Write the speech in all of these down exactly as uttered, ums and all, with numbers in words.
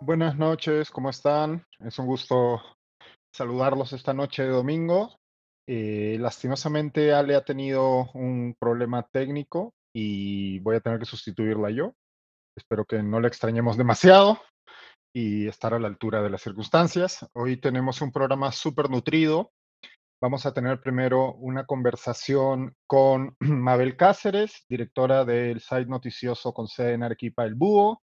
Buenas noches, ¿cómo están? Es un gusto saludarlos esta noche de domingo. Eh, lastimosamente, Ale ha tenido un problema técnico y voy a tener que sustituirla yo. Espero que no la extrañemos demasiado y estar a la altura de las circunstancias. Hoy tenemos un programa súper nutrido. Vamos a tener primero una conversación con Mabel Cáceres, directora del site noticioso con sede en Arequipa, El Búho,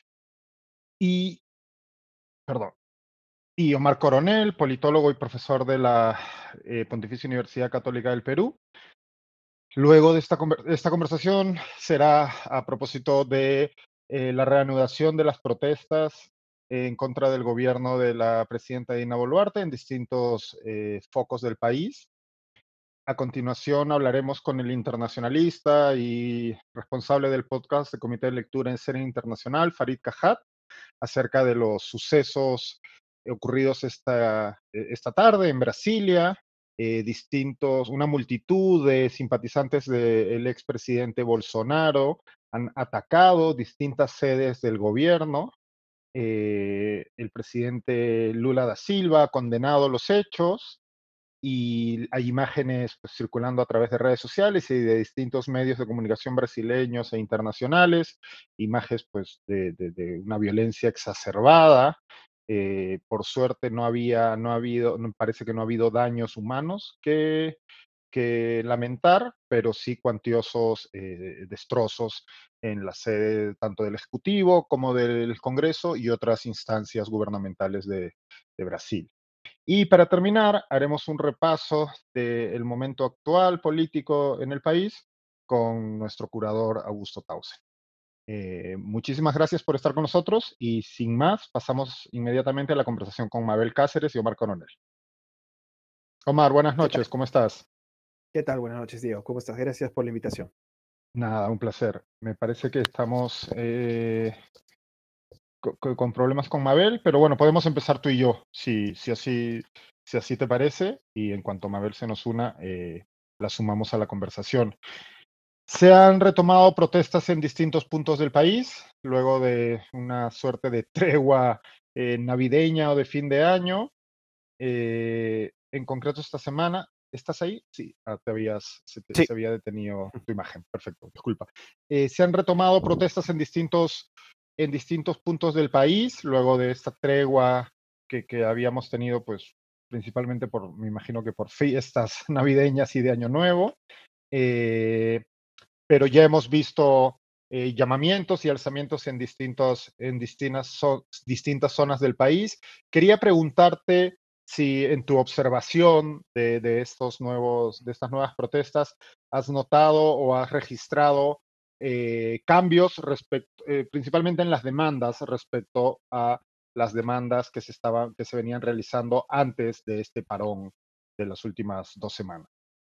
y, perdón, y Omar Coronel, politólogo y profesor de la eh, Pontificia Universidad Católica del Perú. Luego de esta, conver- esta conversación será a propósito de eh, la reanudación de las protestas en contra del gobierno de la presidenta Dina Boluarte en distintos eh, focos del país. A continuación hablaremos con el internacionalista y responsable del podcast de Comité de Lectura en Serie Internacional, Farid Cajat, acerca de los sucesos ocurridos esta, eh, esta tarde en Brasilia. Eh, distintos, una multitud de simpatizantes del expresidente Bolsonaro han atacado distintas sedes del gobierno. Eh, el presidente Lula da Silva ha condenado los hechos y hay imágenes pues, circulando a través de redes sociales y de distintos medios de comunicación brasileños e internacionales, imágenes pues, de, de, de una violencia exacerbada. Eh, por suerte no había, no ha habido, no, parece que no ha habido daños humanos que, que lamentar, pero sí cuantiosos eh, destrozos en la sede tanto del Ejecutivo como del Congreso y otras instancias gubernamentales de, de Brasil. Y para terminar, haremos un repaso del momento actual político en el país con nuestro curador Augusto Tausen. Eh, muchísimas gracias por estar con nosotros y sin más, pasamos inmediatamente a la conversación con Mabel Cáceres y Omar Coronel. Omar, buenas ¿Qué tal? noches, ¿cómo estás? ¿Qué tal? Buenas noches, Diego. ¿Cómo estás? Gracias por la invitación. Nada, un placer. Me parece que estamos eh, co- co- con problemas con Mabel, pero bueno, podemos empezar tú y yo, si, si así, si así te parece, y en cuanto Mabel se nos una, eh, la sumamos a la conversación. Se han retomado protestas en distintos puntos del país, luego de una suerte de tregua eh, navideña o de fin de año. Eh, en concreto esta semana, ¿estás ahí? Sí, ah, te habías, se, te- Sí. se había detenido tu imagen, perfecto, disculpa. Eh, se han retomado protestas en distintos, en distintos puntos del país, luego de esta tregua que, que habíamos tenido, pues principalmente por, me imagino que por fiestas navideñas y de Año Nuevo. Eh, pero ya hemos visto eh, llamamientos y alzamientos en, distintos, en distintas, zo- distintas zonas del país. Quería preguntarte si en tu observación de, de estos nuevos, de estas nuevas protestas has notado o has registrado eh, cambios respecto, eh, principalmente en las demandas respecto a las demandas que se estaban, que se venían realizando antes de este parón de las últimas dos semanas.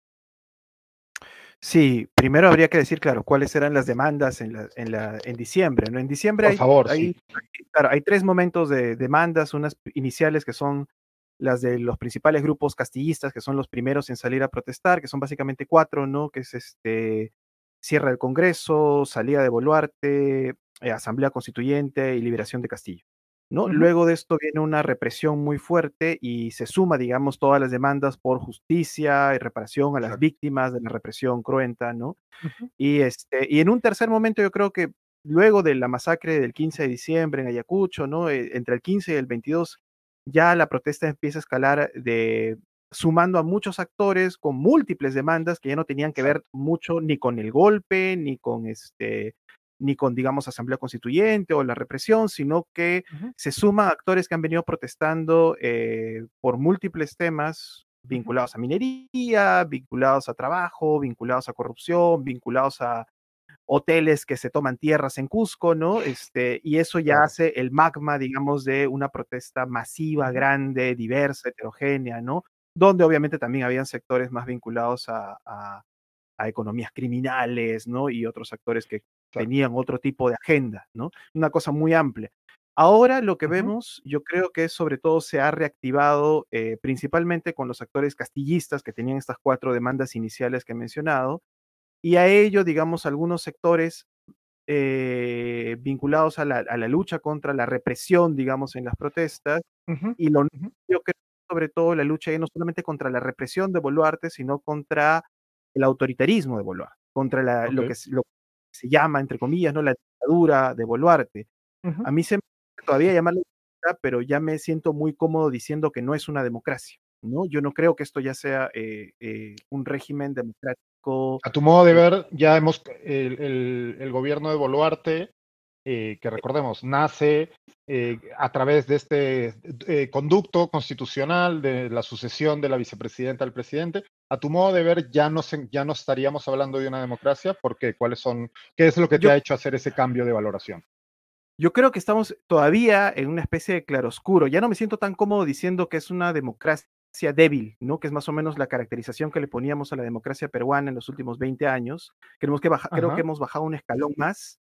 Sí, primero habría que decir, claro, cuáles eran las demandas en la en la en diciembre, ¿no? En diciembre Por hay favor, sí. hay claro, hay tres momentos de demandas, unas iniciales que son las de los principales grupos castillistas, que son los primeros en salir a protestar, que son básicamente cuatro, ¿no? Que es, este, cierre del Congreso, salida de Boluarte, eh, Asamblea Constituyente y liberación de Castillo, ¿no? Ujú, Luego de esto viene una represión muy fuerte y se suma, digamos, todas las demandas por justicia y reparación a las exacto. víctimas de la represión cruenta, ¿no? Ujú, Y, este, y en un tercer momento yo creo que luego de la masacre del quince de diciembre en Ayacucho, ¿no? Eh, entre el quince y el veintidós, ya la protesta empieza a escalar de sumando a muchos actores con múltiples demandas que ya no tenían que ver exacto. mucho ni con el golpe, ni con este, ni con, digamos, asamblea constituyente o la represión, sino que Ujú, se suma a actores que han venido protestando eh, por múltiples temas ujú, vinculados a minería, vinculados a trabajo, vinculados a corrupción, vinculados a hoteles que se toman tierras en Cusco, ¿no? Este, y eso ya claro. hace el magma, digamos, de una protesta masiva, Ujú, grande, diversa, heterogénea, ¿no? Donde obviamente también habían sectores más vinculados a, a- a economías criminales, ¿no? Y otros actores que exacto. tenían otro tipo de agenda, ¿no? Una cosa muy amplia. Ahora lo que Ujú, vemos, yo creo que sobre todo se ha reactivado eh, principalmente con los actores castillistas que tenían estas cuatro demandas iniciales que he mencionado, y a ello, digamos, algunos sectores eh, vinculados a la, a la lucha contra la represión, digamos, en las protestas, Ujú, y lo ujú. yo creo, sobre todo, la lucha ahí no solamente contra la represión de Boluarte, sino contra el autoritarismo de Boluarte, contra la lo Okey. que se lo que se llama, entre comillas, ¿no?, la dictadura de Boluarte. Ujú. A mí se me todavía llamarlo dictadura, pero ya me siento muy cómodo diciendo que no es una democracia, ¿no? Yo no creo que esto ya sea, eh eh, un régimen democrático, A tu modo de eh ver, ya hemos el el el gobierno de Boluarte, eh, que recordemos, nace, eh, a través de este, eh, conducto constitucional de la sucesión de la vicepresidenta al presidente. A tu modo de ver, ya no se ya no estaríamos hablando de una democracia, ¿por qué? ¿Cuáles son qué es lo que te yo ha hecho hacer ese cambio de valoración? Yo creo que estamos todavía en una especie de claroscuro. Ya no me siento tan cómodo diciendo que es una democracia débil, ¿no? Que es más o menos la caracterización que le poníamos a la democracia peruana en los últimos veinte años. Cremos que baja creo que Ajá, hemos bajado un escalón más,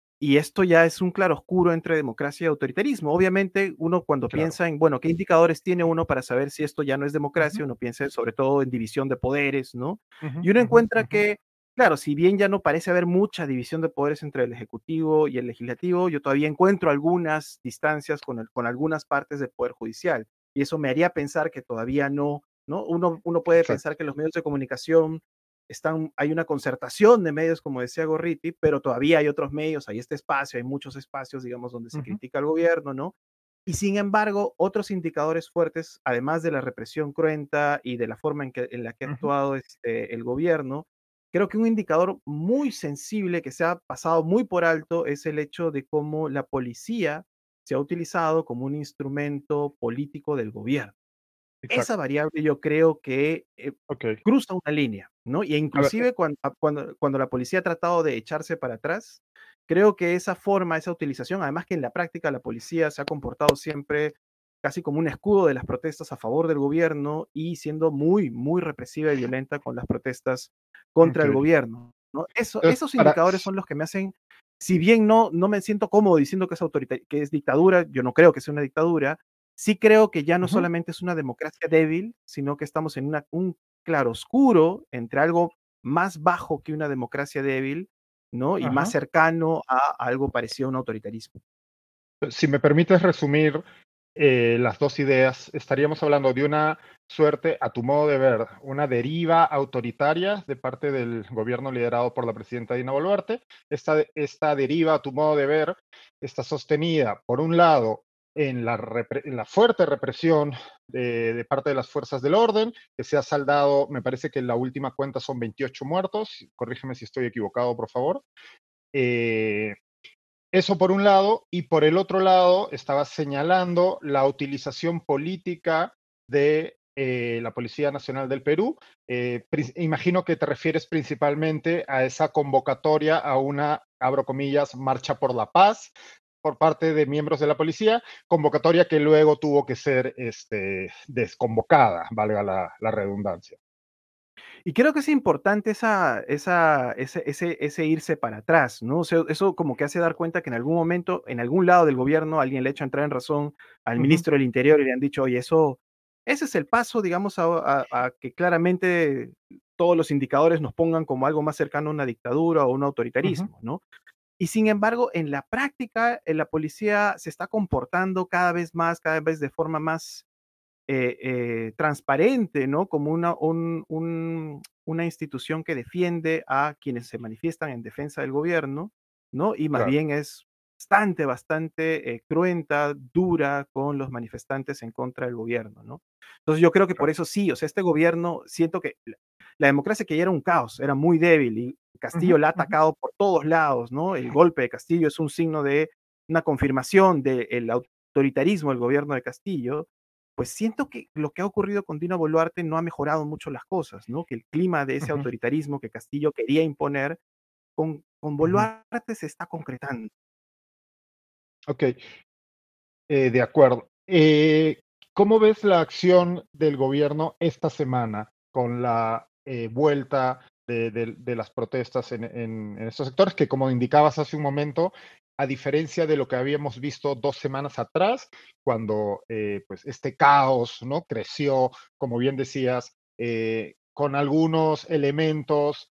y esto ya es un claroscuro entre democracia y autoritarismo. Obviamente, uno cuando claro. piensa en, bueno, ¿qué indicadores tiene uno para saber si esto ya no es Ujú, democracia? Uno piensa sobre todo en división de poderes, ¿no? ujú, Y uno ujú, encuentra ujú. que, claro, si bien ya no parece haber mucha división de poderes entre el ejecutivo y el legislativo, yo todavía encuentro algunas distancias con, el- con algunas partes del poder judicial. Y eso me haría pensar que todavía no, ¿no? Uno, uno puede Exacto. pensar que los medios de comunicación están, hay una concertación de medios, como decía Gorriti, pero todavía hay otros medios, hay este espacio, hay muchos espacios, digamos, donde se Ujú, critica al gobierno, ¿no? Y sin embargo, otros indicadores fuertes, además de la represión cruenta y de la forma en, que, en la que ha ujú. actuado este, el gobierno, creo que un indicador muy sensible que se ha pasado muy por alto es el hecho de cómo la policía se ha utilizado como un instrumento político del gobierno. Esa Exacto. variable yo creo que, eh, Okey. cruza una línea, ¿no? Y A ver, eh inclusive cuan a cuando cuando la policía ha tratado de echarse para atrás, creo que esa forma, esa utilización, además que en la práctica la policía se ha comportado siempre casi como un escudo de las protestas a favor del gobierno y siendo muy, muy represiva y violenta con las protestas contra el okey. gobierno, ¿no? Eso Entonces, esos para indicadores son los que me hacen, si bien no no me siento cómodo diciendo que es autorita que es dictadura, yo no creo que sea una dictadura, sí creo que ya no ujú, solamente es una democracia débil, sino que estamos en una un claroscuro entre algo más bajo que una democracia débil, ¿no? Y más ajá. cercano a algo parecido a un autoritarismo. Si me permites resumir, eh, las dos ideas, estaríamos hablando de una suerte, a tu modo de ver, una deriva autoritaria de parte del gobierno liderado por la presidenta Dina Boluarte. Esta, esta deriva, a tu modo de ver, está sostenida, por un lado, en la, repre- en la fuerte represión de, de parte de las fuerzas del orden, que se ha saldado, me parece que en la última cuenta son veintiocho muertos, corrígeme si estoy equivocado, por favor. Eh, Eso por un lado, y por el otro lado estaba señalando la utilización política de eh, la Policía Nacional del Perú. Eh, pri- imagino que te refieres principalmente a esa convocatoria a una, abro comillas, marcha por la paz por parte de miembros de la policía, convocatoria que luego tuvo que ser este, desconvocada, valga la, la redundancia. Y creo que es importante esa esa ese ese ese irse para atrás, ¿no? O sea, eso como que hace dar cuenta que en algún momento, en algún lado del gobierno, alguien le ha hecho entrar en razón al Ujú, ministro del Interior y le han dicho: "Oye, eso ese es el paso, digamos, a a a que claramente todos los indicadores nos pongan como algo más cercano a una dictadura o un ujú, autoritarismo", ¿no? Y sin embargo, en la práctica, eh, la policía se está comportando cada vez más, cada vez de forma más eh, eh, transparente, ¿no? Como una, un- un- una institución que defiende a quienes se manifiestan en defensa del gobierno, ¿no? Y más claro. bien es bastante, bastante eh, cruenta, dura con los manifestantes en contra del gobierno, ¿no? Entonces yo creo que por Claro. eso sí, o sea, este gobierno, siento que la, la democracia que ya era un caos, era muy débil y Ujú, Castillo la ha ujú. atacado por todos lados, ¿no? El golpe de Castillo es un signo de una confirmación del autoritarismo del gobierno de Castillo, pues siento que lo que ha ocurrido con Dina Boluarte no ha mejorado mucho las cosas, ¿no? Que el clima de ese Ujú, autoritarismo que Castillo quería imponer, con, con ujú. Boluarte se está concretando. Ok. Eh, de acuerdo. Eh, ¿cómo ves la acción del gobierno esta semana con la eh, vuelta de, de- de las protestas en, en- en estos sectores que, como indicabas hace un momento, a diferencia de lo que habíamos visto dos semanas atrás, cuando eh, pues este caos, ¿no? Creció, como bien decías, eh, con algunos elementos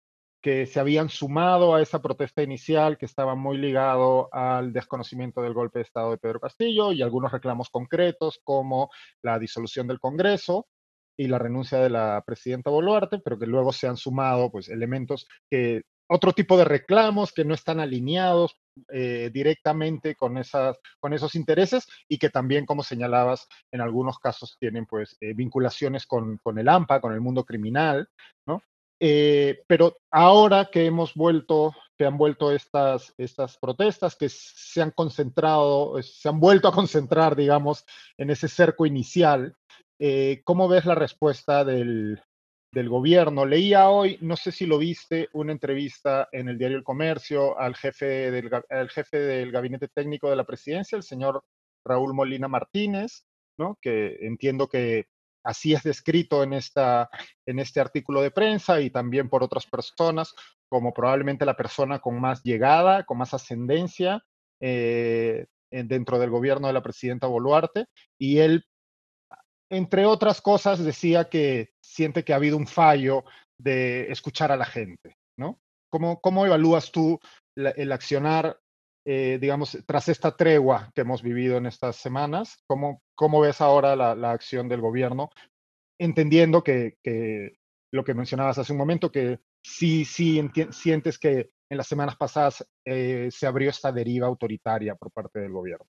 que se habían sumado a esa protesta inicial que estaba muy ligado al desconocimiento del golpe de Estado de Pedro Castillo y algunos reclamos concretos como la disolución del Congreso y la renuncia de la presidenta Boluarte, pero que luego se han sumado pues elementos que otro tipo de reclamos que no están alineados eh, directamente con, esas, con esos intereses y que también, como señalabas, en algunos casos tienen pues eh, vinculaciones con, con el AMPA, con el mundo criminal, ¿no? Eh, pero ahora que hemos vuelto, que han vuelto estas, estas protestas, que se han concentrado, se han vuelto a concentrar, digamos, en ese cerco inicial, eh, ¿cómo ves la respuesta del, del gobierno? Leía hoy, no sé si lo viste, una entrevista en el diario El Comercio al jefe del, al jefe del gabinete técnico de la presidencia, el señor Raúl Molina Martínez, ¿no? Que entiendo que así es descrito en, esta, en este artículo de prensa y también por otras personas, como probablemente la persona con más llegada, con más ascendencia eh, dentro del gobierno de la presidenta Boluarte, y él, entre otras cosas, decía que siente que ha habido un fallo de escuchar a la gente, ¿no? ¿Cómo, cómo evalúas tú la, el accionar, eh, digamos, tras esta tregua que hemos vivido en estas semanas? ¿Cómo, cómo ves ahora la, la acción del gobierno? Entendiendo que, que, lo que mencionabas hace un momento, que sí, sí sientes que en las semanas pasadas eh, se abrió esta deriva autoritaria por parte del gobierno.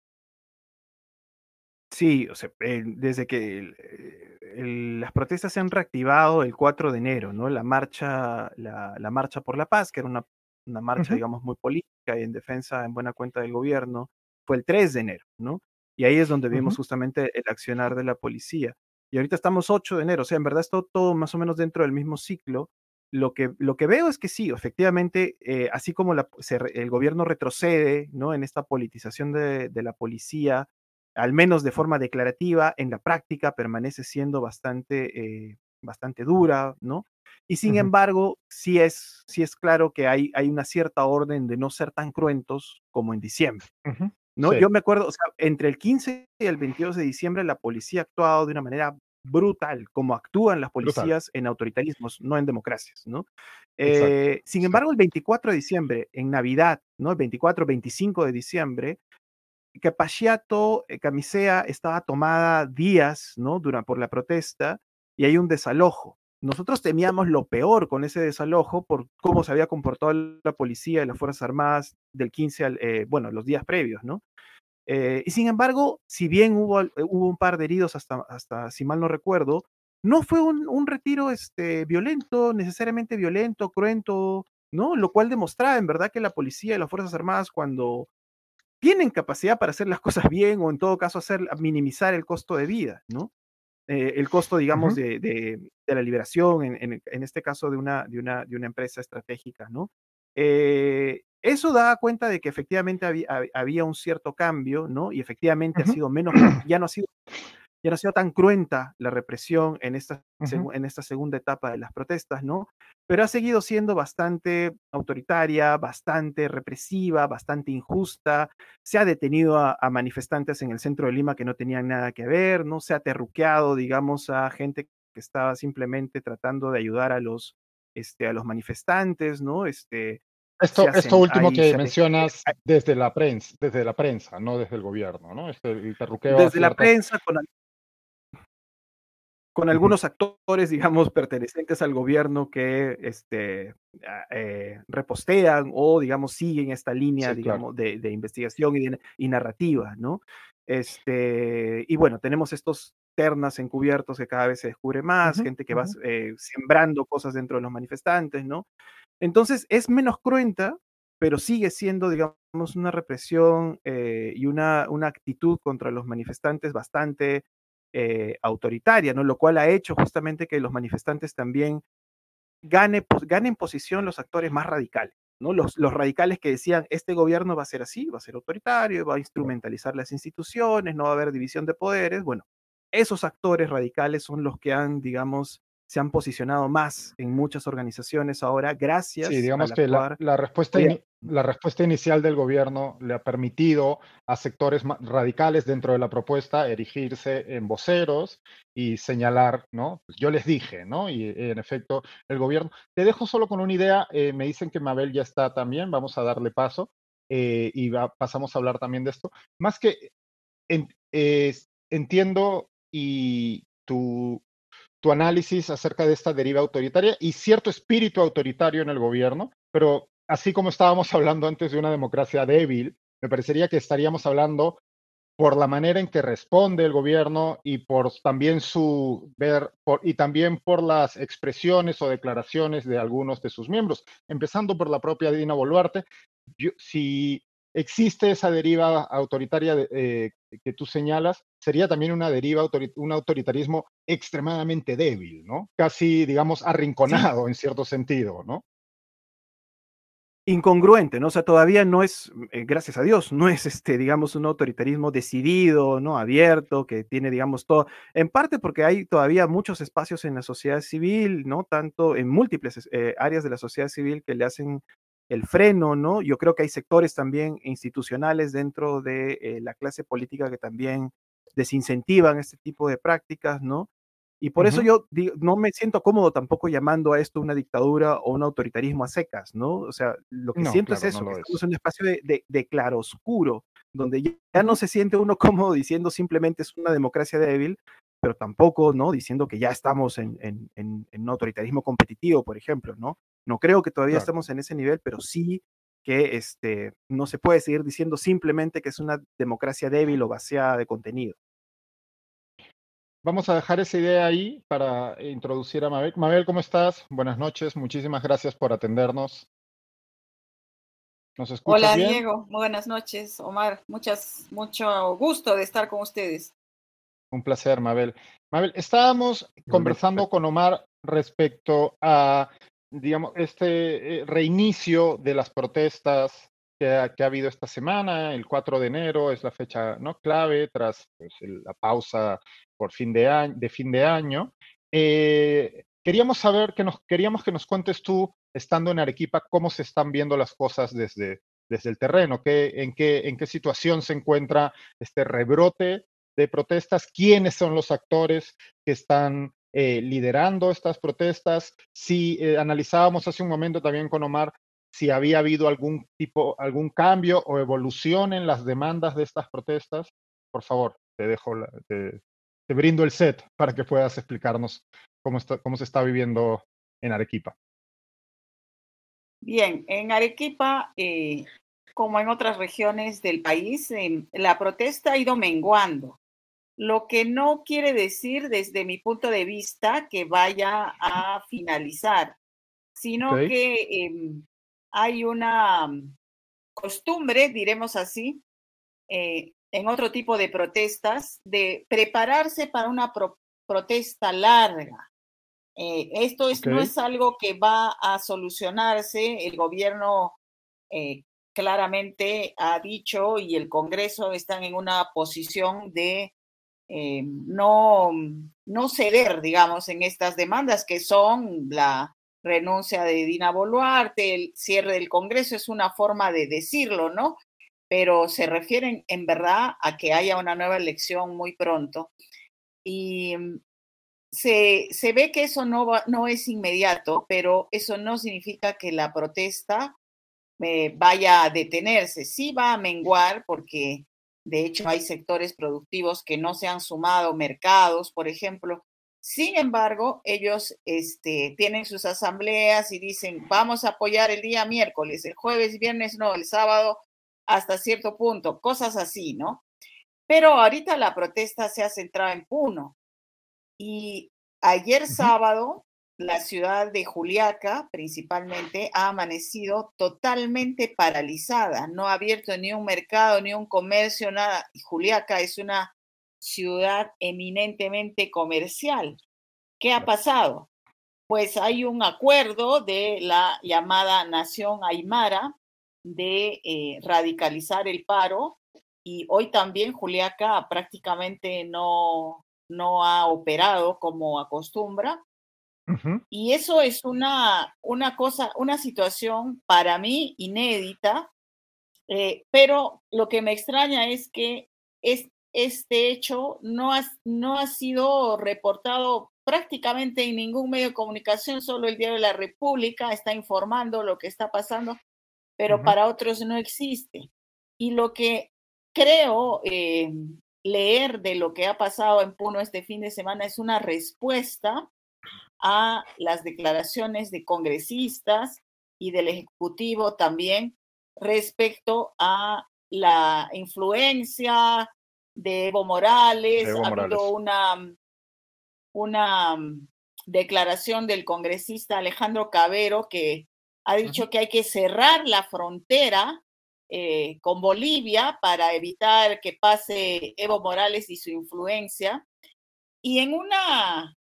Sí, o sea, eh, desde que el, eh, el, las protestas se han reactivado el cuatro de enero, ¿no? La marcha, la, la marcha por la paz, que era una, una marcha, Uh-huh. digamos, muy política y en defensa, en buena cuenta del gobierno, fue el tres de enero, ¿no? Y ahí es donde vimos Uh-huh. justamente el accionar de la policía. Y ahorita estamos ocho de enero, o sea, en verdad está todo más o menos dentro del mismo ciclo. Lo que, lo que veo es que sí, efectivamente, eh, así como la, se, el gobierno retrocede, ¿no? En esta politización de, de la policía, al menos de forma declarativa, en la práctica permanece siendo bastante, eh, bastante dura, ¿no? Y sin Uh-huh. embargo, sí es, sí es claro que hay, hay una cierta orden de no ser tan cruentos como en diciembre, Uh-huh. ¿no? Sí. Yo me acuerdo, o sea, entre el quince y el veintidós de diciembre la policía ha actuado de una manera brutal, como actúan las Brutal. policías en autoritarismos, no en democracias, ¿no? Exacto. Eh, sin Sí. embargo, el veinticuatro de diciembre, en Navidad, ¿no? El veinticuatro, veinticinco de diciembre, que Pasciato, eh, Camisea estaba tomada días, ¿no? Dura, por la protesta y hay un desalojo. Nosotros temíamos lo peor con ese desalojo por cómo se había comportado la policía y las Fuerzas Armadas del quince al, eh, bueno, los días previos, ¿no? Eh, y sin embargo, si bien hubo, eh, hubo un par de heridos hasta, hasta si mal no recuerdo, no fue un, un retiro este, violento, necesariamente violento, cruento, ¿no? Lo cual demostraba en verdad que la policía y las Fuerzas Armadas cuando tienen capacidad para hacer las cosas bien o en todo caso hacer, minimizar el costo de vida, ¿no? Eh, el costo, digamos, Uh-huh. de, de, de la liberación, en, en, en, este caso de una, de una, de una empresa estratégica, ¿no? Eh, eso da cuenta de que efectivamente había, había un cierto cambio, ¿no? Y efectivamente ha Uh-huh. sido menos, ya no ha sido ya no ha sido tan cruenta la represión en esta, Uh-huh. en esta segunda etapa de las protestas, ¿no? Pero ha seguido siendo bastante autoritaria, bastante represiva, bastante injusta. Se ha detenido a, a manifestantes en el centro de Lima que no tenían nada que ver, ¿no? Se ha terruqueado, digamos, a gente que estaba simplemente tratando de ayudar a los, este, a los manifestantes, ¿no? Este, se Esto, esto hacen, último hay, que se ha tenido mencionas desde la prensa, desde la prensa, no desde el gobierno, ¿no? Este, el terruqueo a desde la ciertas. prensa con con Uh-huh. algunos actores, digamos, pertenecientes al gobierno que este, ah, eh, repostean o, digamos, siguen esta línea, Sí, claro. digamos, de, de investigación y, de, y narrativa, ¿no? Este, y bueno, tenemos estos ternas encubiertos que cada vez se descubre más, Uh-huh. gente que va Uh-huh. eh, sembrando cosas dentro de los manifestantes, ¿no? Entonces, es menos cruenta, pero sigue siendo, digamos, una represión eh, y una, una actitud contra los manifestantes bastante eh, autoritaria, ¿no? Lo cual ha hecho justamente que los manifestantes también gane, pues, ganen posición los actores más radicales, ¿no? Los, los radicales que decían, este gobierno va a ser así, va a ser autoritario, va a instrumentalizar las instituciones, no va a haber división de poderes. Bueno, esos actores radicales son los que han, digamos, se han posicionado más en muchas organizaciones ahora Sí, gracias al digamos que la, actuar la respuesta gobierno. ini- la respuesta inicial del gobierno le ha permitido a sectores ma- radicales dentro de la propuesta erigirse en voceros y señalar, ¿no? Pues yo les dije, ¿no? Y eh, en efecto, el gobierno. Te dejo solo con una idea. Eh, me dicen que Mabel ya está también. Vamos a darle paso eh, y va- pasamos a hablar también de esto. Más que en- es- entiendo y tu tu análisis acerca de esta deriva autoritaria y cierto espíritu autoritario en el gobierno, pero así como estábamos hablando antes de una democracia débil, me parecería que estaríamos hablando por la manera en que responde el gobierno y por también su ver por, y también por las expresiones o declaraciones de algunos de sus miembros, empezando por la propia Dina Boluarte. Yo, si existe esa deriva autoritaria de, eh, que tú señalas, sería también una deriva, autori un autoritarismo extremadamente débil, ¿no? Casi, digamos, Sí, arrinconado en cierto sentido, ¿no? incongruente, ¿no? O sea, todavía no es, eh, gracias a Dios, no es, este, digamos, un autoritarismo decidido, ¿no? Abierto, que tiene, digamos, todo, en parte porque hay todavía muchos espacios en la sociedad civil, ¿no? Tanto en múltiples eh, áreas de la sociedad civil que le hacen el freno, ¿no? Yo creo que hay sectores también institucionales dentro de eh, la clase política que también desincentivan este tipo de prácticas, ¿no? Y por eso Ujú. yo digo, no me siento cómodo tampoco llamando a esto una dictadura o un autoritarismo a secas, ¿no? O sea, lo que No, siento es claro, no eso, que lo estamos es. en un espacio de, de, de claroscuro, donde ya, ya no Ujú. se siente uno cómodo diciendo simplemente es una democracia débil, pero tampoco, ¿no? Diciendo que ya estamos en, en, en, en un autoritarismo competitivo, por ejemplo, ¿no? No creo que todavía Claro. estamos en ese nivel, pero sí que este, no se puede seguir diciendo simplemente que es una democracia débil o vaciada de contenido. Vamos a dejar esa idea ahí para introducir a Mabel. Mabel, ¿cómo estás? Buenas noches, muchísimas gracias por atendernos. ¿Nos escuchas Hola bien? Diego, muy buenas noches, Omar. Muchas, mucho gusto de estar con ustedes. Un placer, Mabel. Mabel, estábamos Igualmente, conversando con Omar respecto a, digamos, este eh, reinicio de las protestas que ha, que ha habido esta semana. El cuatro de enero es la fecha, ¿no?, clave tras pues, el- la pausa por fin de año, de fin de año. Eh, queríamos saber que nos queríamos que nos cuentes tú, estando en Arequipa, cómo se están viendo las cosas desde, desde el terreno, qué, en qué, en qué situación se encuentra este rebrote de protestas, quiénes son los actores que están eh, liderando estas protestas. Si eh, analizábamos hace un momento también con Omar si había habido algún tipo, algún cambio o evolución en las demandas de estas protestas, por favor, te dejo, la, te, te brindo el set para que puedas explicarnos cómo, está, cómo se está viviendo en Arequipa. Bien, en Arequipa, eh, como en otras regiones del país, eh, la protesta ha ido menguando, lo que no quiere decir desde mi punto de vista que vaya a finalizar, Ok, sino que eh, hay una mm, costumbre, diremos así, eh, en otro tipo de protestas, de prepararse para una pro- protesta larga. Eh, esto es, ok, no es algo que va a solucionarse. El gobierno eh, claramente ha dicho y el Congreso están en una posición de eh, no, no ceder, digamos, en estas demandas que son la renuncia de Dina Boluarte, el cierre del Congreso, es una forma de decirlo, ¿no? Pero se refieren en verdad a que haya una nueva elección muy pronto. Y se, se ve que eso no, va, no es inmediato, pero eso no significa que la protesta eh, vaya a detenerse. Sí va a menguar porque de hecho hay sectores productivos que no se han sumado, mercados, por ejemplo. Sin embargo, ellos este, tienen sus asambleas y dicen, vamos a apoyar el día miércoles, el jueves y viernes no, el sábado hasta cierto punto, cosas así, ¿no? Pero ahorita la protesta se ha centrado en Puno. Y ayer ujú, sábado, la ciudad de Juliaca, principalmente, ha amanecido totalmente paralizada. No ha abierto ni un mercado, ni un comercio, nada. Y Juliaca es una ciudad eminentemente comercial. ¿Qué ha claro, pasado? Pues hay un acuerdo de la llamada Nación Aymara de eh, radicalizar el paro y hoy también Juliaca prácticamente no, no ha operado como acostumbra Ujú. Y eso es una, una cosa, una situación para mí inédita, eh, pero lo que me extraña es que es, este hecho no ha, no ha sido reportado prácticamente en ningún medio de comunicación, solo el Diario de la República está informando lo que está pasando, pero Ujú. para otros no existe. Y lo que creo eh, leer de lo que ha pasado en Puno este fin de semana es una respuesta a las declaraciones de congresistas y del Ejecutivo también respecto a la influencia de Evo De Morales. Evo Ha habido Morales. una, una declaración del congresista Alejandro Cabero que ha Ujú. dicho que hay que cerrar la frontera eh, con Bolivia para evitar que pase Evo Morales y su influencia. Y en una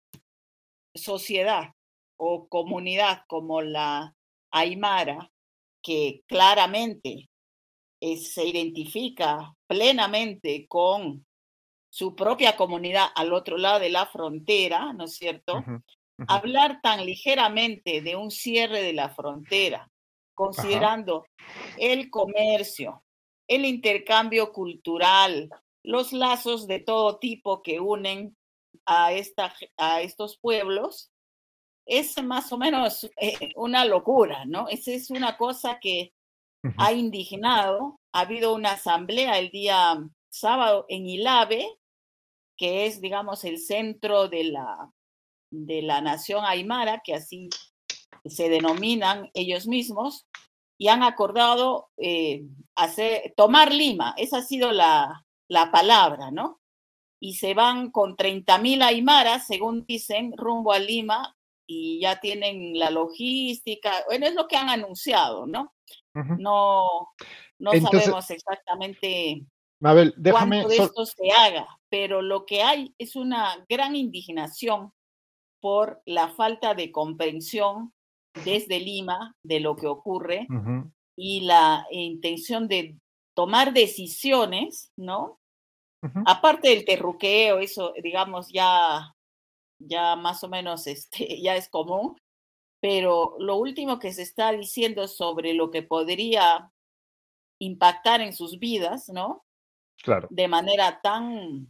sociedad o comunidad como la Aymara, que claramente eh, se identifica plenamente con su propia comunidad al otro lado de la frontera, ¿no es cierto? Ujú. Ujú. Hablar tan ligeramente de un cierre de la frontera, Ajá. considerando el comercio, el intercambio cultural, los lazos de todo tipo que unen a, esta, a estos pueblos, es más o menos eh, una locura, ¿no? Esa es una cosa que Ujú. ha indignado. Ha habido una asamblea el día sábado en Ilave, que es, digamos, el centro de la, de la nación aymara, que así se denominan ellos mismos, y han acordado eh, hacer, tomar Lima. Esa ha sido la, la palabra, ¿no? Y se van con treinta mil aymaras, según dicen, rumbo a Lima y ya tienen la logística. Bueno, es lo que han anunciado, ¿no? Ujú. No, no Entonces, sabemos exactamente Mabel, déjame, cuánto de sol- esto se haga, pero lo que hay es una gran indignación por la falta de comprensión desde Lima de lo que ocurre Ujú. y la intención de tomar decisiones, ¿no? Ujú. Aparte del terruqueo, eso, digamos, ya, ya más o menos este, ya es común, pero lo último que se está diciendo sobre lo que podría impactar en sus vidas, ¿no? Claro. De manera tan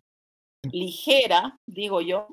ligera, digo yo,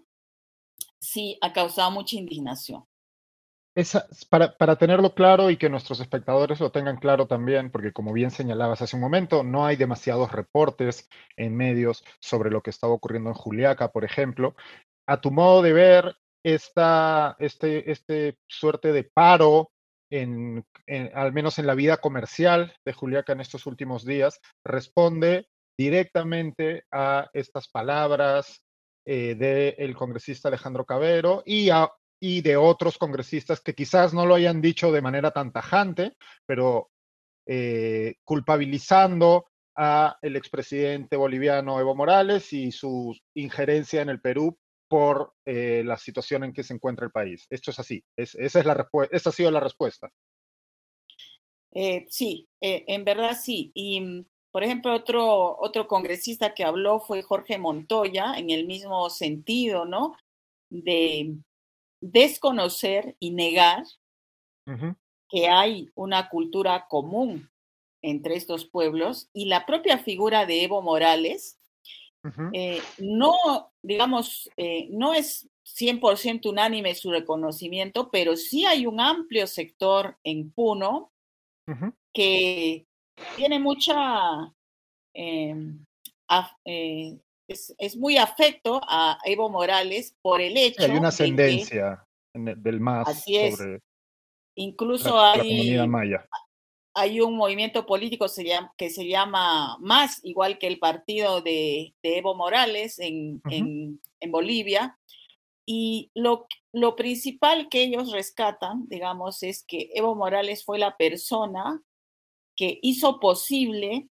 sí ha causado mucha indignación. Esa, para, para tenerlo claro y que nuestros espectadores lo tengan claro también, porque como bien señalabas hace un momento, no hay demasiados reportes en medios sobre lo que estaba ocurriendo en Juliaca, por ejemplo. A tu modo de ver, esta este, este suerte de paro, en, en- al menos en la vida comercial de Juliaca en estos últimos días, responde directamente a estas palabras eh, del congresista Alejandro Cabero y a y de otros congresistas que quizás no lo hayan dicho de manera tan tajante, pero eh, culpabilizando a el expresidente boliviano Evo Morales y su injerencia en el Perú por eh, la situación en que se encuentra el país. Esto es así. Es, esa, es la respuesta. Esa ha sido la respuesta. Eh, sí, eh, en verdad sí. Y, mm, por ejemplo, otro, otro congresista que habló fue Jorge Montoya, en el mismo sentido, ¿no? De desconocer y negar Ujú. que hay una cultura común entre estos pueblos y la propia figura de Evo Morales Ujú. eh, no, digamos, eh, no es cien por ciento unánime su reconocimiento, pero sí hay un amplio sector en Puno Ujú. que tiene mucha, eh, af- eh, es, es muy afecto a Evo Morales por el Sí, hay una hecho de que, ascendencia en el- del MAS así es, sobre la, incluso la comunidad hay maya. hay un movimiento político se llama, que se llama MAS, igual que el partido de, de Evo Morales en, Ujú. en, en Bolivia. Y lo, lo principal que ellos rescatan, digamos, es que Evo Morales fue la persona que hizo posible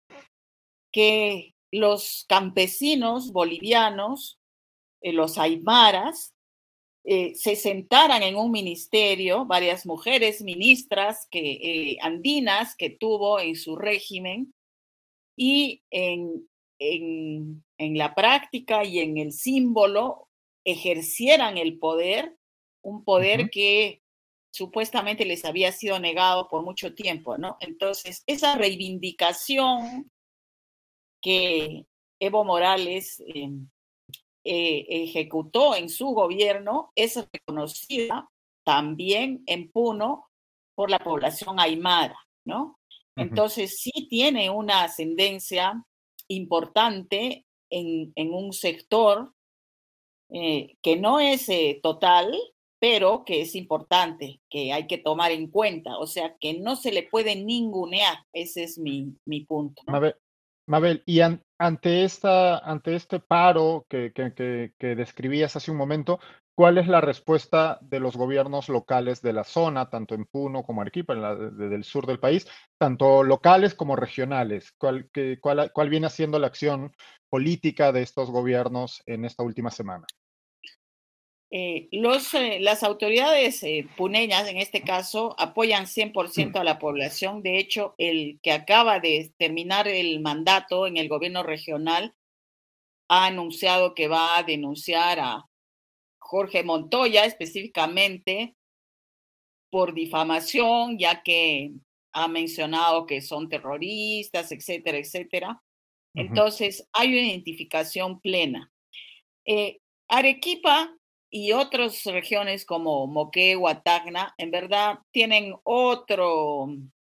que los campesinos bolivianos, eh, los aymaras, eh, se sentaran en un ministerio, varias mujeres ministras que, eh, andinas que tuvo en su régimen, y en, en, en la práctica y en el símbolo ejercieran el poder un poder Ujú. que supuestamente les había sido negado por mucho tiempo, ¿no? Entonces, esa reivindicación que Evo Morales eh, eh, ejecutó en su gobierno es reconocida también en Puno por la población aymara, ¿no? Ujú. Entonces, sí tiene una ascendencia importante en, en un sector eh, que no es eh, total, pero que es importante, que hay que tomar en cuenta, o sea, que no se le puede ningunear, ese es mi, mi punto, ¿no? Mabel, Mabel, y an- ante esta, ante este paro que, que, que, que describías hace un momento, ¿cuál es la respuesta de los gobiernos locales de la zona, tanto en Puno como Arequipa, en la de- del sur del país, tanto locales como regionales? ¿Cuál, que- cuál, cuál viene siendo la acción política de estos gobiernos en esta última semana? Eh, los, eh, las autoridades eh, puneñas, en este caso, apoyan cien por ciento a la población. De hecho, el que acaba de terminar el mandato en el gobierno regional ha anunciado que va a denunciar a Jorge Montoya específicamente por difamación, ya que ha mencionado que son terroristas, etcétera, etcétera. Ujú. Entonces, hay una identificación plena. Eh, Arequipa y otras regiones como Moquegua, Tacna, en verdad tienen otro,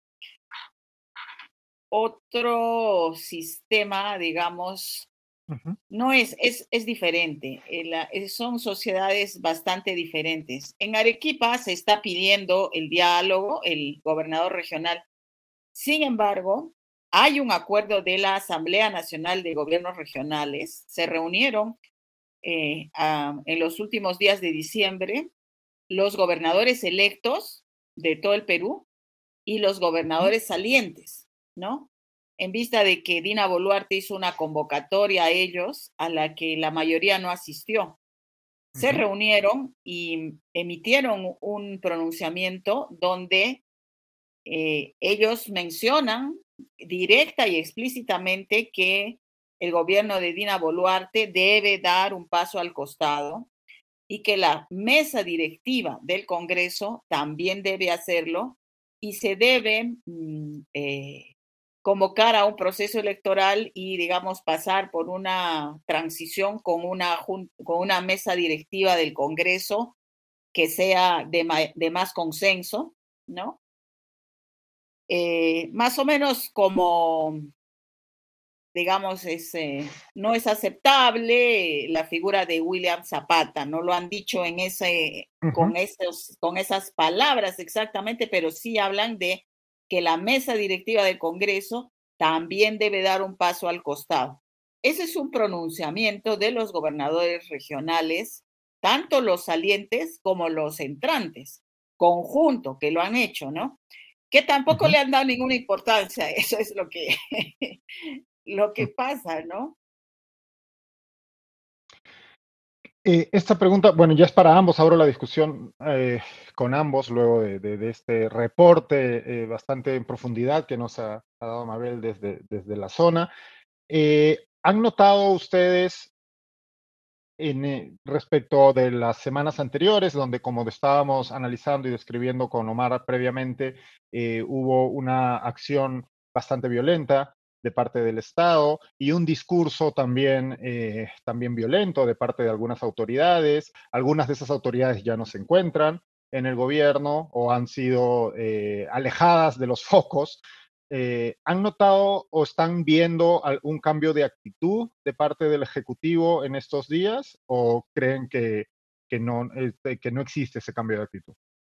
otro sistema, digamos, Ujú. no es, es, es diferente. Eh, la- eh, son sociedades bastante diferentes. En Arequipa se está pidiendo el diálogo, el gobernador regional. Sin embargo, hay un acuerdo de la Asamblea Nacional de Gobiernos Regionales. Se reunieron eh, a- en los últimos días de diciembre los gobernadores electos de todo el Perú y los Ujú. gobernadores salientes, ¿no? En vista de que Dina Boluarte hizo una convocatoria a ellos a la que la mayoría no asistió. Se Ujú. reunieron y emitieron un pronunciamiento donde eh, ellos mencionan directa y explícitamente que el gobierno de Dina Boluarte debe dar un paso al costado y que la mesa directiva del Congreso también debe hacerlo y se debe mm, eh, convocar a un proceso electoral y, digamos, pasar por una transición con una, con una mesa directiva del Congreso que sea de, ma de más consenso, ¿no? Eh, más o menos como, digamos, es, eh, no es aceptable la figura de William Zapata, no lo han dicho en ese, Ujú. con, esos, con esas palabras exactamente, pero sí hablan de que la mesa directiva del Congreso también debe dar un paso al costado. Ese es un pronunciamiento de los gobernadores regionales, tanto los salientes como los entrantes, conjunto, que lo han hecho, ¿no? Que tampoco Ujú. le han dado ninguna importancia, eso es lo que, lo que pasa, ¿no? Eh, esta pregunta, bueno, ya es para ambos, abro la discusión eh, con ambos luego de, de- de este reporte eh, bastante en profundidad que nos ha, ha dado Mabel desde, desde la zona. Eh, ¿han notado ustedes en, eh, respecto de las semanas anteriores, donde como estábamos analizando y describiendo con Omar previamente, eh, hubo una acción bastante violenta de parte del Estado y un discurso también, eh, también violento de parte de algunas autoridades? Algunas de esas autoridades ya no se encuentran en el gobierno o han sido eh, alejadas de los focos. Eh, ¿han notado o están viendo algún cambio de actitud de parte del Ejecutivo en estos días o creen que, que, no, este, que no existe ese cambio de actitud?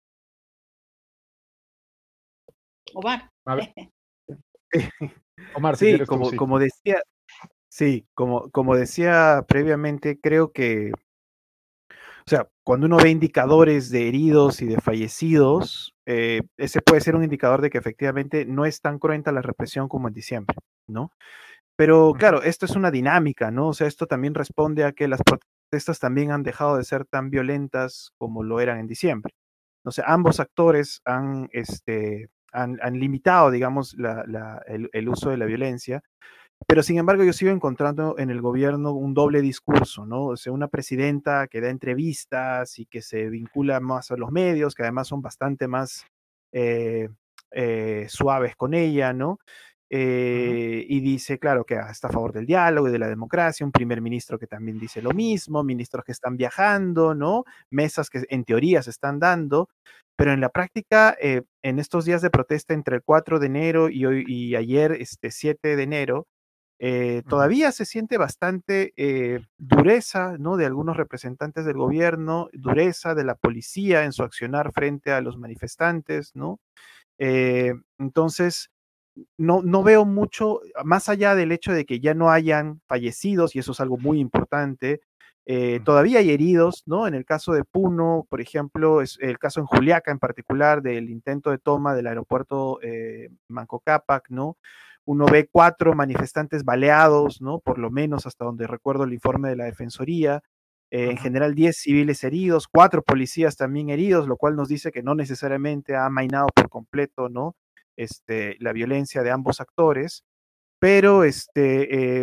Omar. A ver, Omar, si Sí, quieres tú, como, sí. como decía, sí, como, como decía previamente, creo que, o sea, cuando uno ve indicadores de heridos y de fallecidos, eh, ese puede ser un indicador de que efectivamente no es tan cruenta la represión como en diciembre, ¿no? Pero Ujú. claro, esto es una dinámica, ¿no? O sea, esto también responde a que las protestas también han dejado de ser tan violentas como lo eran en diciembre. O sea, ambos actores han, este, han, han limitado, digamos, la, la, el, el uso de la violencia. Pero sin embargo, yo sigo encontrando en el gobierno un doble discurso, ¿no? O sea, una presidenta que da entrevistas y que se vincula más a los medios, que además son bastante más eh, eh, suaves con ella, ¿no? Ujú. Eh, y dice, claro, que está a favor del diálogo y de la democracia, un primer ministro que también dice lo mismo, ministros que están viajando, ¿no? Mesas que en teoría se están dando, pero en la práctica, eh, en estos días de protesta entre el cuatro de enero y, hoy, y ayer, este siete de enero, eh, Ujú. todavía se siente bastante eh, dureza, ¿no? De algunos representantes del gobierno, dureza de la policía en su accionar frente a los manifestantes, ¿no? Eh, entonces, no, no veo mucho, más allá del hecho de que ya no hayan fallecidos, y eso es algo muy importante, eh, Ujú. todavía hay heridos, ¿no? En el caso de Puno, por ejemplo, es el caso en Juliaca en particular del intento de toma del aeropuerto eh, Manco Cápac, ¿no? Uno ve cuatro manifestantes baleados, ¿no? Por lo menos hasta donde recuerdo el informe de la Defensoría. Eh, en Ujú. general, diez civiles heridos, cuatro policías también heridos, lo cual nos dice que no necesariamente ha amainado por completo, ¿no? Este, la violencia de ambos actores, pero este, eh,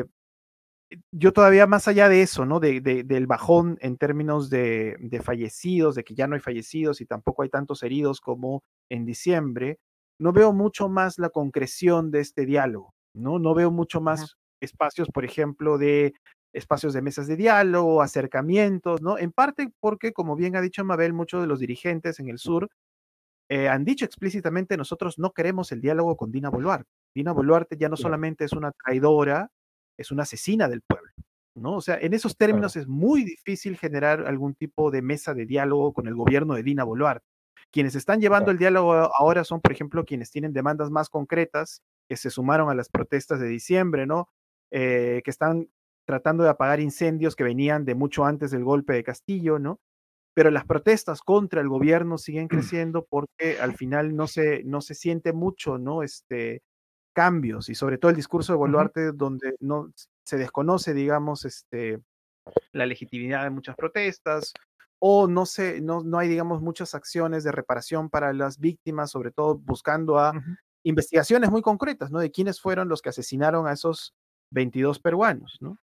yo todavía más allá de eso, ¿no? De, de, del bajón en términos de, de, fallecidos, de que ya no hay fallecidos y tampoco hay tantos heridos como en diciembre, no veo mucho más la concreción de este diálogo, ¿no? No veo mucho Ujú. más espacios, por ejemplo, de espacios de mesas de diálogo, acercamientos, ¿no? En parte porque, como bien ha dicho Mabel, muchos de los dirigentes en el sur eh, han dicho explícitamente nosotros no queremos el diálogo con Dina Boluarte. Dina Boluarte ya no Claro, solamente es una traidora, es una asesina del pueblo, ¿no? O sea, en esos términos claro. es muy difícil generar algún tipo de mesa de diálogo con el gobierno de Dina Boluarte. Quienes están llevando Claro. el diálogo ahora son, por ejemplo, quienes tienen demandas más concretas, que se sumaron a las protestas de diciembre, ¿no? Eh, que están tratando de apagar incendios que venían de mucho antes del golpe de Castillo, ¿no? Pero las protestas contra el gobierno siguen creciendo porque al final no se, no se siente mucho, ¿no? Este, cambios y sobre todo el discurso de Ujú. Boluarte donde no se desconoce, digamos, este, la legitimidad de muchas protestas o no, se, no, no hay, digamos, muchas acciones de reparación para las víctimas, sobre todo buscando a Ujú. investigaciones muy concretas, ¿no? De quiénes fueron los que asesinaron a esos veintidós peruanos, ¿no?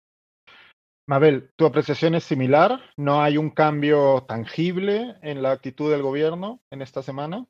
Mabel, ¿tu apreciación es similar? ¿No hay un cambio tangible en la actitud del gobierno en esta semana?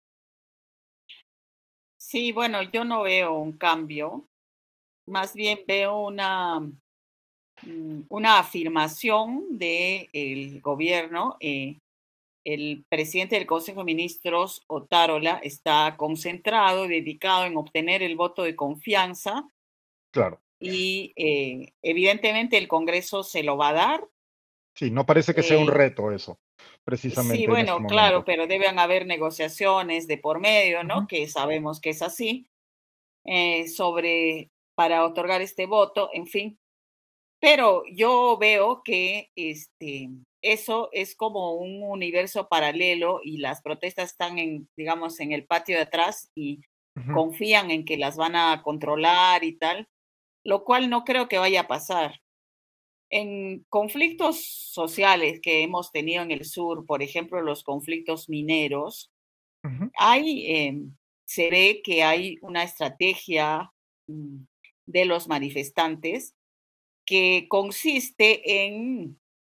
Sí, bueno, yo no veo un cambio, más bien veo una, mm, una afirmación del gobierno. Eh, el presidente del Consejo de Ministros, Otárola, está concentrado y dedicado en obtener el voto de confianza Claro. y eh, evidentemente el Congreso se lo va a dar. Sí, no parece que sea un Eh, reto eso, sí, precisamente en este bueno, claro, momento. pero deben haber negociaciones de por medio, ¿no? Ujú. Que sabemos que es así, eh, sobre para otorgar este voto, en fin. Pero yo veo que este, eso es como un universo paralelo y las protestas están en, digamos, en el patio de atrás y Ujú. confían en que las van a controlar y tal, lo cual no creo que vaya a pasar. En conflictos sociales que hemos tenido en el sur, por ejemplo, los conflictos mineros, Ujú. hay, eh, se ve que hay una estrategia mm, de los manifestantes que consiste en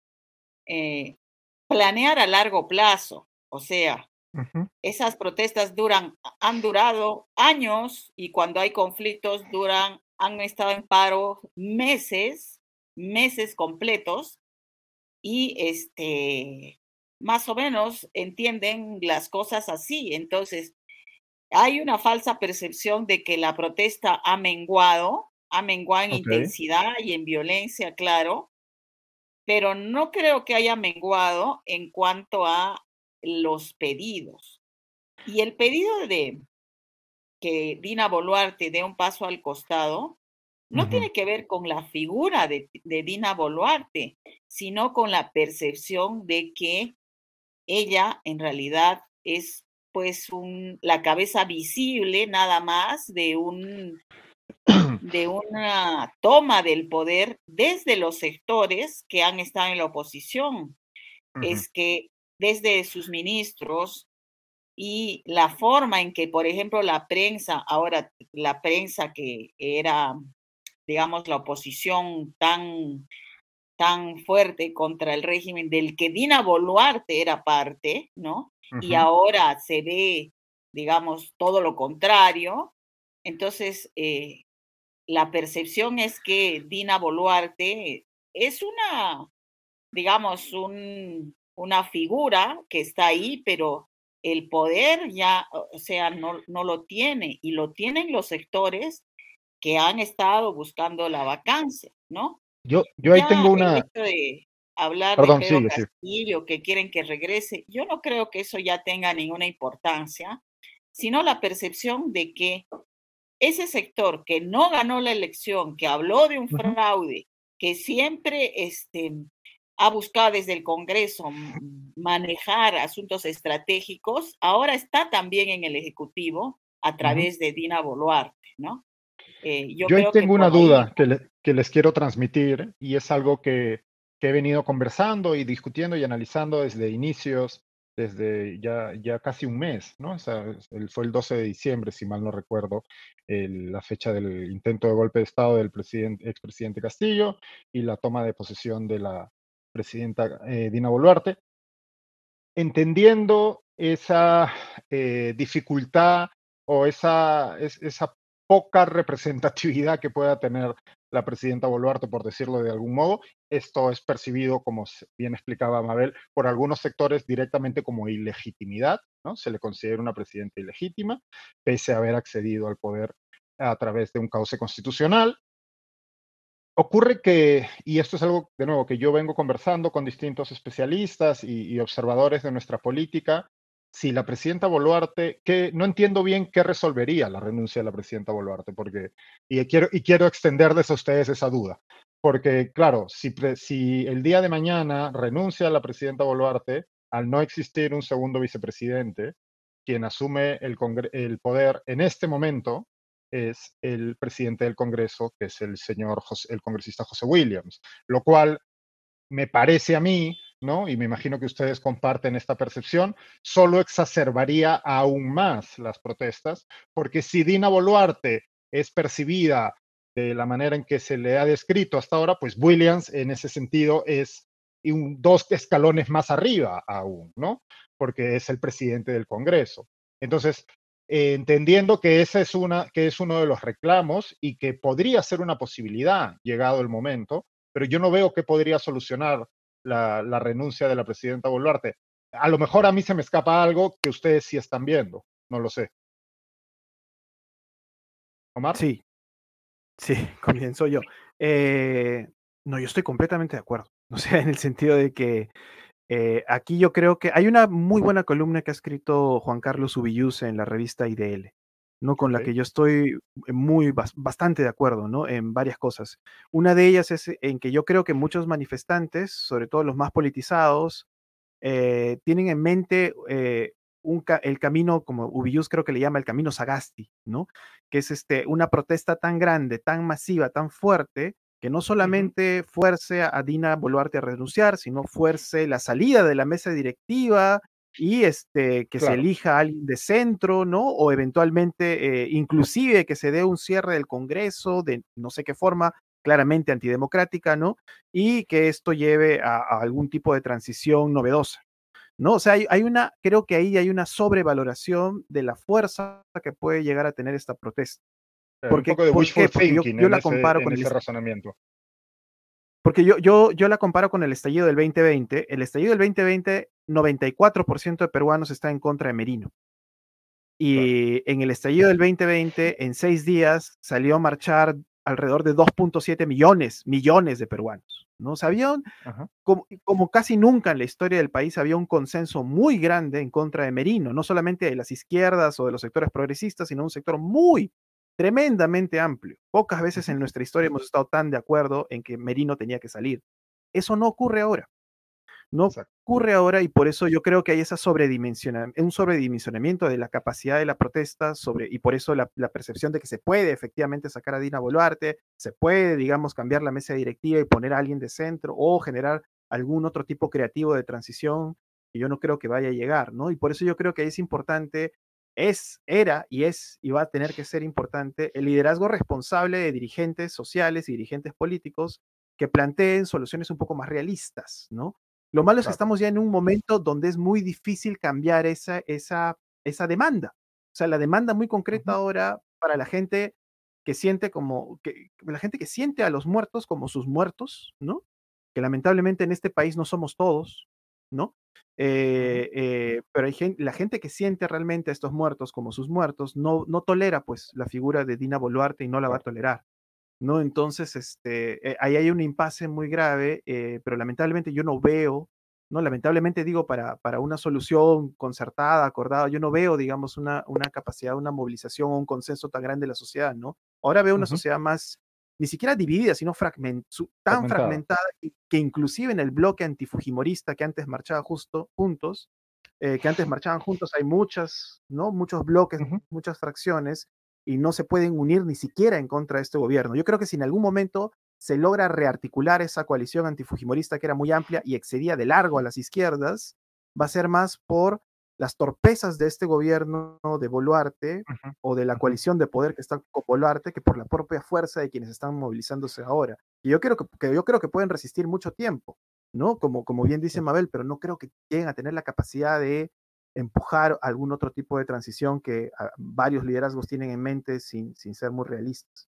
eh, planear a largo plazo. O sea, Ujú. esas protestas duran, han durado años y cuando hay conflictos duran, han estado en paro meses, meses completos y este, más o menos entienden las cosas así. Entonces, hay una falsa percepción de que la protesta ha menguado, ha menguado en Okey. intensidad y en violencia, claro, pero no creo que haya menguado en cuanto a los pedidos. Y el pedido de que Dina Boluarte dé un paso al costado no Ujú. tiene que ver con la figura de, de Dina Boluarte, sino con la percepción de que ella en realidad es pues un, la cabeza visible nada más de un de una toma del poder desde los sectores que han estado en la oposición. Ujú. Es que desde sus ministros y la forma en que, por ejemplo, la prensa, ahora la prensa que era digamos, la oposición tan, tan fuerte contra el régimen del que Dina Boluarte era parte, ¿no? Y Ujú. ahora se ve, digamos, todo lo contrario. Entonces, eh, la percepción es que Dina Boluarte es una, digamos, un, una figura que está ahí, pero el poder ya, o sea, no, no lo tiene, y lo tienen los sectores que han estado buscando la vacancia, ¿no? Yo, yo ahí Ya tengo el una, hecho de hablar de perdón, Pedro sigue, sí. Castillo, que quieren que regrese, yo no creo que eso ya tenga ninguna importancia, sino la percepción de que ese sector que no ganó la elección, que habló de un Ujú. fraude, que siempre este, ha buscado desde el Congreso manejar asuntos estratégicos, ahora está también en el Ejecutivo a Ujú. través de Dina Boluarte, ¿no? Eh, yo Yo ahí creo que tengo una por ahí duda que, le- que les quiero transmitir y es algo que, que he venido conversando y discutiendo y analizando desde inicios, desde ya, ya casi un mes, ¿no? O sea, es- el- fue el doce de diciembre, si mal no recuerdo, el- la fecha del intento de golpe de Estado del presidente, expresidente Castillo y la toma de posesión de la presidenta eh, Dina Boluarte, entendiendo esa eh, dificultad o esa, es- esa poca representatividad que pueda tener la presidenta Boluarte, por decirlo de algún modo, esto es percibido, como se- bien explicaba Mabel, por algunos sectores directamente como ilegitimidad, ¿no? Se le considera una presidenta ilegítima, pese a haber accedido al poder a través de un cauce constitucional. Ocurre que, y esto es algo, de nuevo, que yo vengo conversando con distintos especialistas y, y observadores de nuestra política, si la presidenta Boluarte, que no entiendo bien qué resolvería la renuncia de la presidenta Boluarte, porque, y quiero, y quiero extenderles a ustedes esa duda, porque claro, si, pre- si el día de mañana renuncia la presidenta Boluarte, al no existir un segundo vicepresidente, quien asume el, congre- el poder en este momento, es el presidente del Congreso, que es el señor, José- el congresista José Williams, lo cual me parece a mí, ¿no? Y me imagino que ustedes comparten esta percepción, solo exacerbaría aún más las protestas, porque si Dina Boluarte es percibida de la manera en que se le ha descrito hasta ahora, pues Williams en ese sentido es un, dos escalones más arriba aún, ¿no? Porque es el presidente del Congreso. Entonces, eh, entendiendo que ese es, una, que es uno de los reclamos y que podría ser una posibilidad llegado el momento, pero yo no veo qué podría solucionar la, la renuncia de la presidenta Boluarte. A lo mejor a mí se me escapa algo que ustedes sí están viendo, no lo sé. Omar. Sí, sí, comienzo yo. Eh, no, yo estoy completamente de acuerdo. O sea, en el sentido de que eh, aquí yo creo que hay una muy buena columna que ha escrito Juan Carlos Ubillus en la revista I D L, ¿no? Con la Ok. que yo estoy muy bas- bastante de acuerdo, ¿no? En varias cosas. Una de ellas es en que yo creo que muchos manifestantes, sobre todo los más politizados, eh, tienen en mente eh, un ca- el camino, como Ubillus creo que le llama el camino Sagasti, ¿no? Que es este, una protesta tan grande, tan masiva, tan fuerte, que no Ujú. solamente fuerce a Dina Boluarte a renunciar, sino fuerce la salida de la mesa directiva y este, que se Claro. elija a alguien de centro, ¿no? O eventualmente, eh, inclusive que se dé un cierre del Congreso de no sé qué forma, claramente antidemocrática, ¿no? Y que esto lleve a, a algún tipo de transición novedosa, ¿no? O sea, hay, hay una, creo que ahí hay una sobrevaloración de la fuerza que puede llegar a tener esta protesta. Eh, un Porque, poco de ¿por wishful qué? Porque yo, thinking yo en la ese, comparo en con el, ese razonamiento. porque yo, yo, yo la comparo con el estallido del veinte veinte. El estallido del veinte veinte, noventa y cuatro por ciento de peruanos está en contra de Merino. Claro. Y en el estallido del veinte veinte, en seis días, salió a marchar alrededor de dos punto siete millones, millones de peruanos, ¿no? O sea, había un- Ajá. como, como casi nunca en la historia del país había un consenso muy grande en contra de Merino, no solamente de las izquierdas o de los sectores progresistas, sino un sector muy, tremendamente amplio. Pocas veces Ujú. en nuestra historia hemos estado tan de acuerdo en que Merino tenía que salir. Eso no ocurre ahora. No Exacto. ocurre ahora y por eso yo creo que hay esa sobredimensiona, un sobredimensionamiento de la capacidad de la protesta sobre, y por eso la, la percepción de que se puede efectivamente sacar a Dina Boluarte, se puede, digamos, cambiar la mesa directiva y poner a alguien de centro o generar algún otro tipo creativo de transición que yo no creo que vaya a llegar, ¿no? Y por eso yo creo que es importante es, era y es y va a tener que ser importante el liderazgo responsable de dirigentes sociales y dirigentes políticos que planteen soluciones un poco más realistas, ¿no? Lo malo es que Claro. estamos ya en un momento donde es muy difícil cambiar esa, esa, esa demanda. O sea, la demanda muy concreta Ujú. ahora para la gente que siente como, que, la gente que siente a los muertos como sus muertos, ¿no? Que lamentablemente en este país no somos todos, ¿no? Ujú. Eh, eh, pero hay gen- la gente que siente realmente a estos muertos como sus muertos no, no tolera pues la figura de Dina Boluarte y no la va a Claro. tolerar, ¿no? Entonces, este, eh, ahí hay un impasse muy grave, eh, pero lamentablemente yo no veo, ¿no? Lamentablemente digo, para, para una solución concertada, acordada, yo no veo, digamos, una, una capacidad, una movilización o un consenso tan grande de la sociedad, ¿no? Ahora veo una Ujú. sociedad más, ni siquiera dividida, sino fragment, su- tan Fragmentada. fragmentada que, que inclusive en el bloque antifujimorista que antes marchaba justo juntos, eh, que antes marchaban juntos, hay muchas, ¿no? Muchos bloques, Ujú. muchas fracciones y no se pueden unir ni siquiera en contra de este gobierno. Yo creo que si en algún momento se logra rearticular esa coalición antifujimorista que era muy amplia y excedía de largo a las izquierdas, va a ser más por las torpezas de este gobierno de Boluarte Ujú. o de la Ujú. coalición de poder que está con Boluarte que por la propia fuerza de quienes están movilizándose ahora. Y yo creo que, que yo creo que pueden resistir mucho tiempo, ¿no? Como, como bien dice Sí. Mabel, pero no creo que lleguen a tener la capacidad de empujar algún otro tipo de transición que ah, varios liderazgos tienen en mente sin, sin ser muy realistas.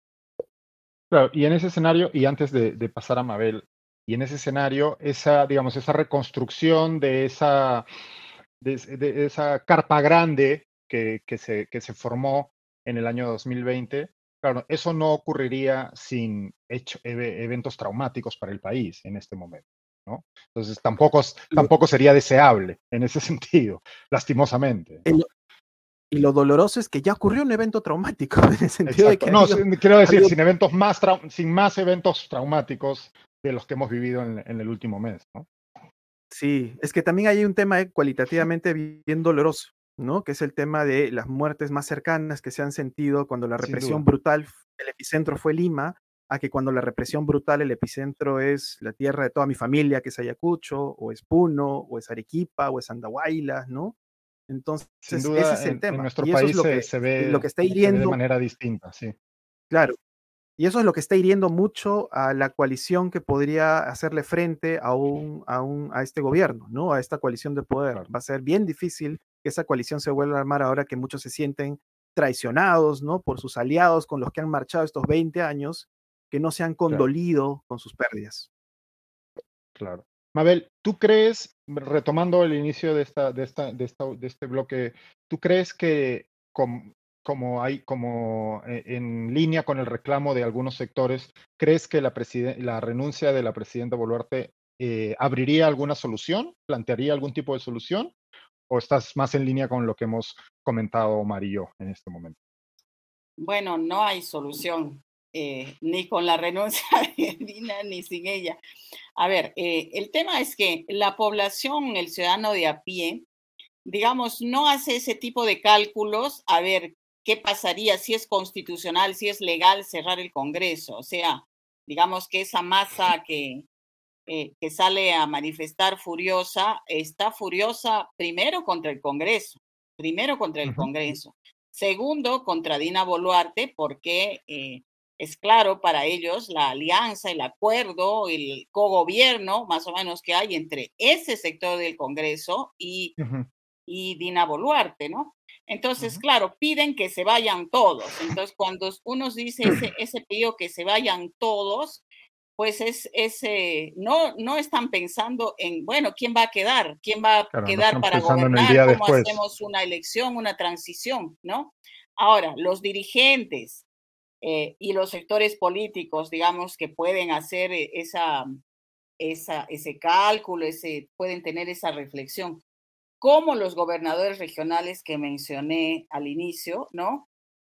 Claro, y en ese escenario, y antes de, de pasar a Mabel, y en ese escenario, esa, digamos, esa reconstrucción de esa, de, es- de esa carpa grande que, que se, que se formó en el año dos mil veinte, claro, eso no ocurriría sin hecho- eve- eventos traumáticos para el país en este momento, ¿no? Entonces, tampoco, es- Lo- tampoco sería deseable en ese sentido, lastimosamente, ¿no? el- y lo doloroso es que ya ocurrió un evento traumático, en el sentido de Exacto. que ha No, habido, sin- quiero ha decir, habido sin eventos más, trau- sin más eventos traumáticos de los que hemos vivido en, en el último mes, ¿no? sí, es que también hay un tema eh, cualitativamente bien doloroso, ¿no? Que es el tema de las muertes más cercanas que se han sentido cuando la Sin represión duda. brutal, el epicentro fue Lima, a que cuando la represión brutal, el epicentro es la tierra de toda mi familia, que es Ayacucho, o es Puno, o es Arequipa, o es Andahuaylas, ¿no? Entonces, Sin ese es duda, el en, en tema. nuestro Y eso es país lo se, que, se lo ve, que está se ve de hiriendo, manera distinta, sí. claro, y eso es lo que está hiriendo mucho a la coalición que podría hacerle frente a, un, a, un, a este gobierno, ¿no? A esta coalición de poder. Claro, Va a ser bien difícil que esa coalición se vuelva a armar ahora que muchos se sienten traicionados, ¿no? Por sus aliados con los que han marchado estos veinte años, que no se han claro, condolido con sus pérdidas. claro. Mabel, ¿tú crees, retomando el inicio de esta, de esta, de esta, de este bloque, ¿tú crees que com- como hay, como eh, en línea con el reclamo de algunos sectores, crees que la, presiden- la renuncia de la presidenta Boluarte eh, abriría alguna solución, plantearía algún tipo de solución, o estás más en línea con lo que hemos comentado Omar y yo en este momento? Bueno, no hay solución, eh, ni con la renuncia de Dina ni sin ella. A ver, eh, el tema es que la población, el ciudadano de a pie, digamos, no hace ese tipo de cálculos a ver qué pasaría si es constitucional, si es legal cerrar el Congreso. O sea, digamos que esa masa que, eh, que sale a manifestar furiosa, está furiosa primero contra el Congreso, primero contra el Ujú. Congreso, segundo contra Dina Boluarte, porque eh, es claro para ellos la alianza, el acuerdo, el cogobierno más o menos que hay entre ese sector del Congreso y Ujú. y Dina Boluarte, ¿no? Entonces, Ujú. claro, piden que se vayan todos. Entonces, cuando uno dice ese, ese pedido que se vayan todos, pues es, es eh, no, no están pensando en, bueno, ¿quién va a quedar? ¿Quién va a Claro, no quedar estamos para pensando en el gobernar? día ¿Cómo después. hacemos una elección, una transición, ¿no? Ahora, los dirigentes eh, y los sectores políticos, digamos, que pueden hacer eh, esa, esa, ese cálculo, ese, pueden tener esa reflexión como los gobernadores regionales que mencioné al inicio, ¿no?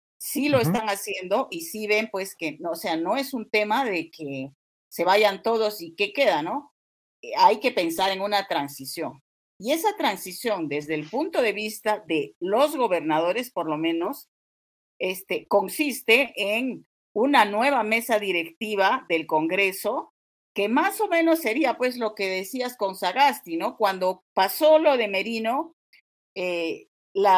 Sí lo Ujú. están haciendo y sí ven pues que, no, o sea, no es un tema de que se vayan todos y qué queda, ¿no? Eh, Hay que pensar en una transición. Y esa transición, desde el punto de vista de los gobernadores, por lo menos, este, consiste en una nueva mesa directiva del Congreso, que más o menos sería pues lo que decías con Sagasti, ¿no? Cuando pasó lo de Merino, eh, la,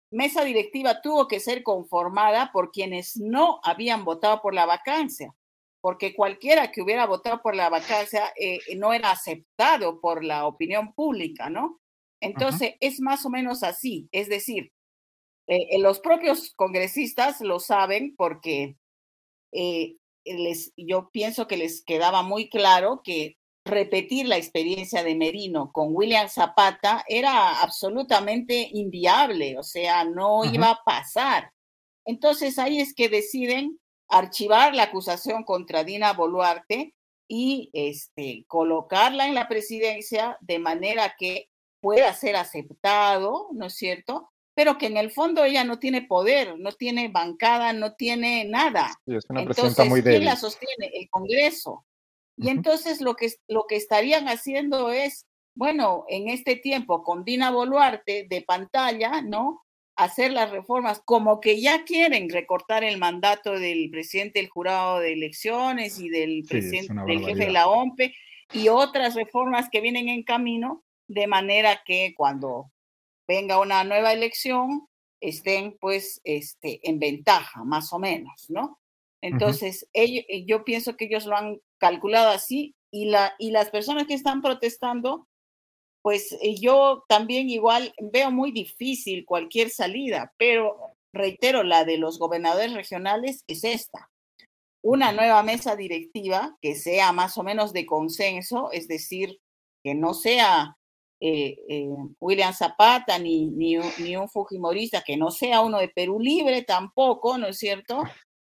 mesa directiva tuvo que ser conformada por quienes no habían votado por la vacancia, porque cualquiera que hubiera votado por la vacancia eh, no era aceptado por la opinión pública, ¿no? Entonces, uh-huh. es más o menos así, es decir, eh, los propios congresistas lo saben porque eh, les, yo pienso que les quedaba muy claro que repetir la experiencia de Merino con William Zapata era absolutamente inviable, o sea, no uh-huh. iba a pasar. Entonces ahí es que deciden archivar la acusación contra Dina Boluarte y este, colocarla en la presidencia de manera que pueda ser aceptado, ¿no es cierto? Pero que en el fondo ella no tiene poder, no tiene bancada, no tiene nada. Sí, es una entonces, muy ¿quién débil. la sostiene? El Congreso. Y uh-huh. entonces lo que, lo que estarían haciendo es, bueno, en este tiempo con Dina Boluarte de pantalla, ¿no? Hacer las reformas como que ya quieren recortar el mandato del presidente del jurado de elecciones y del, sí, presidente, del jefe de la O M P E y otras reformas que vienen en camino, de manera que cuando venga una nueva elección estén pues este, en ventaja, más o menos, ¿no? Entonces, uh-huh. ellos, yo pienso que ellos lo han calculado así y, la, y las personas que están protestando, pues yo también igual veo muy difícil cualquier salida, pero reitero, la de los gobernadores regionales es esta. Una nueva mesa directiva que sea más o menos de consenso, es decir, que no sea eh, eh, William Zapata ni, ni, ni un fujimorista, que no sea uno de Perú Libre tampoco, ¿no es cierto?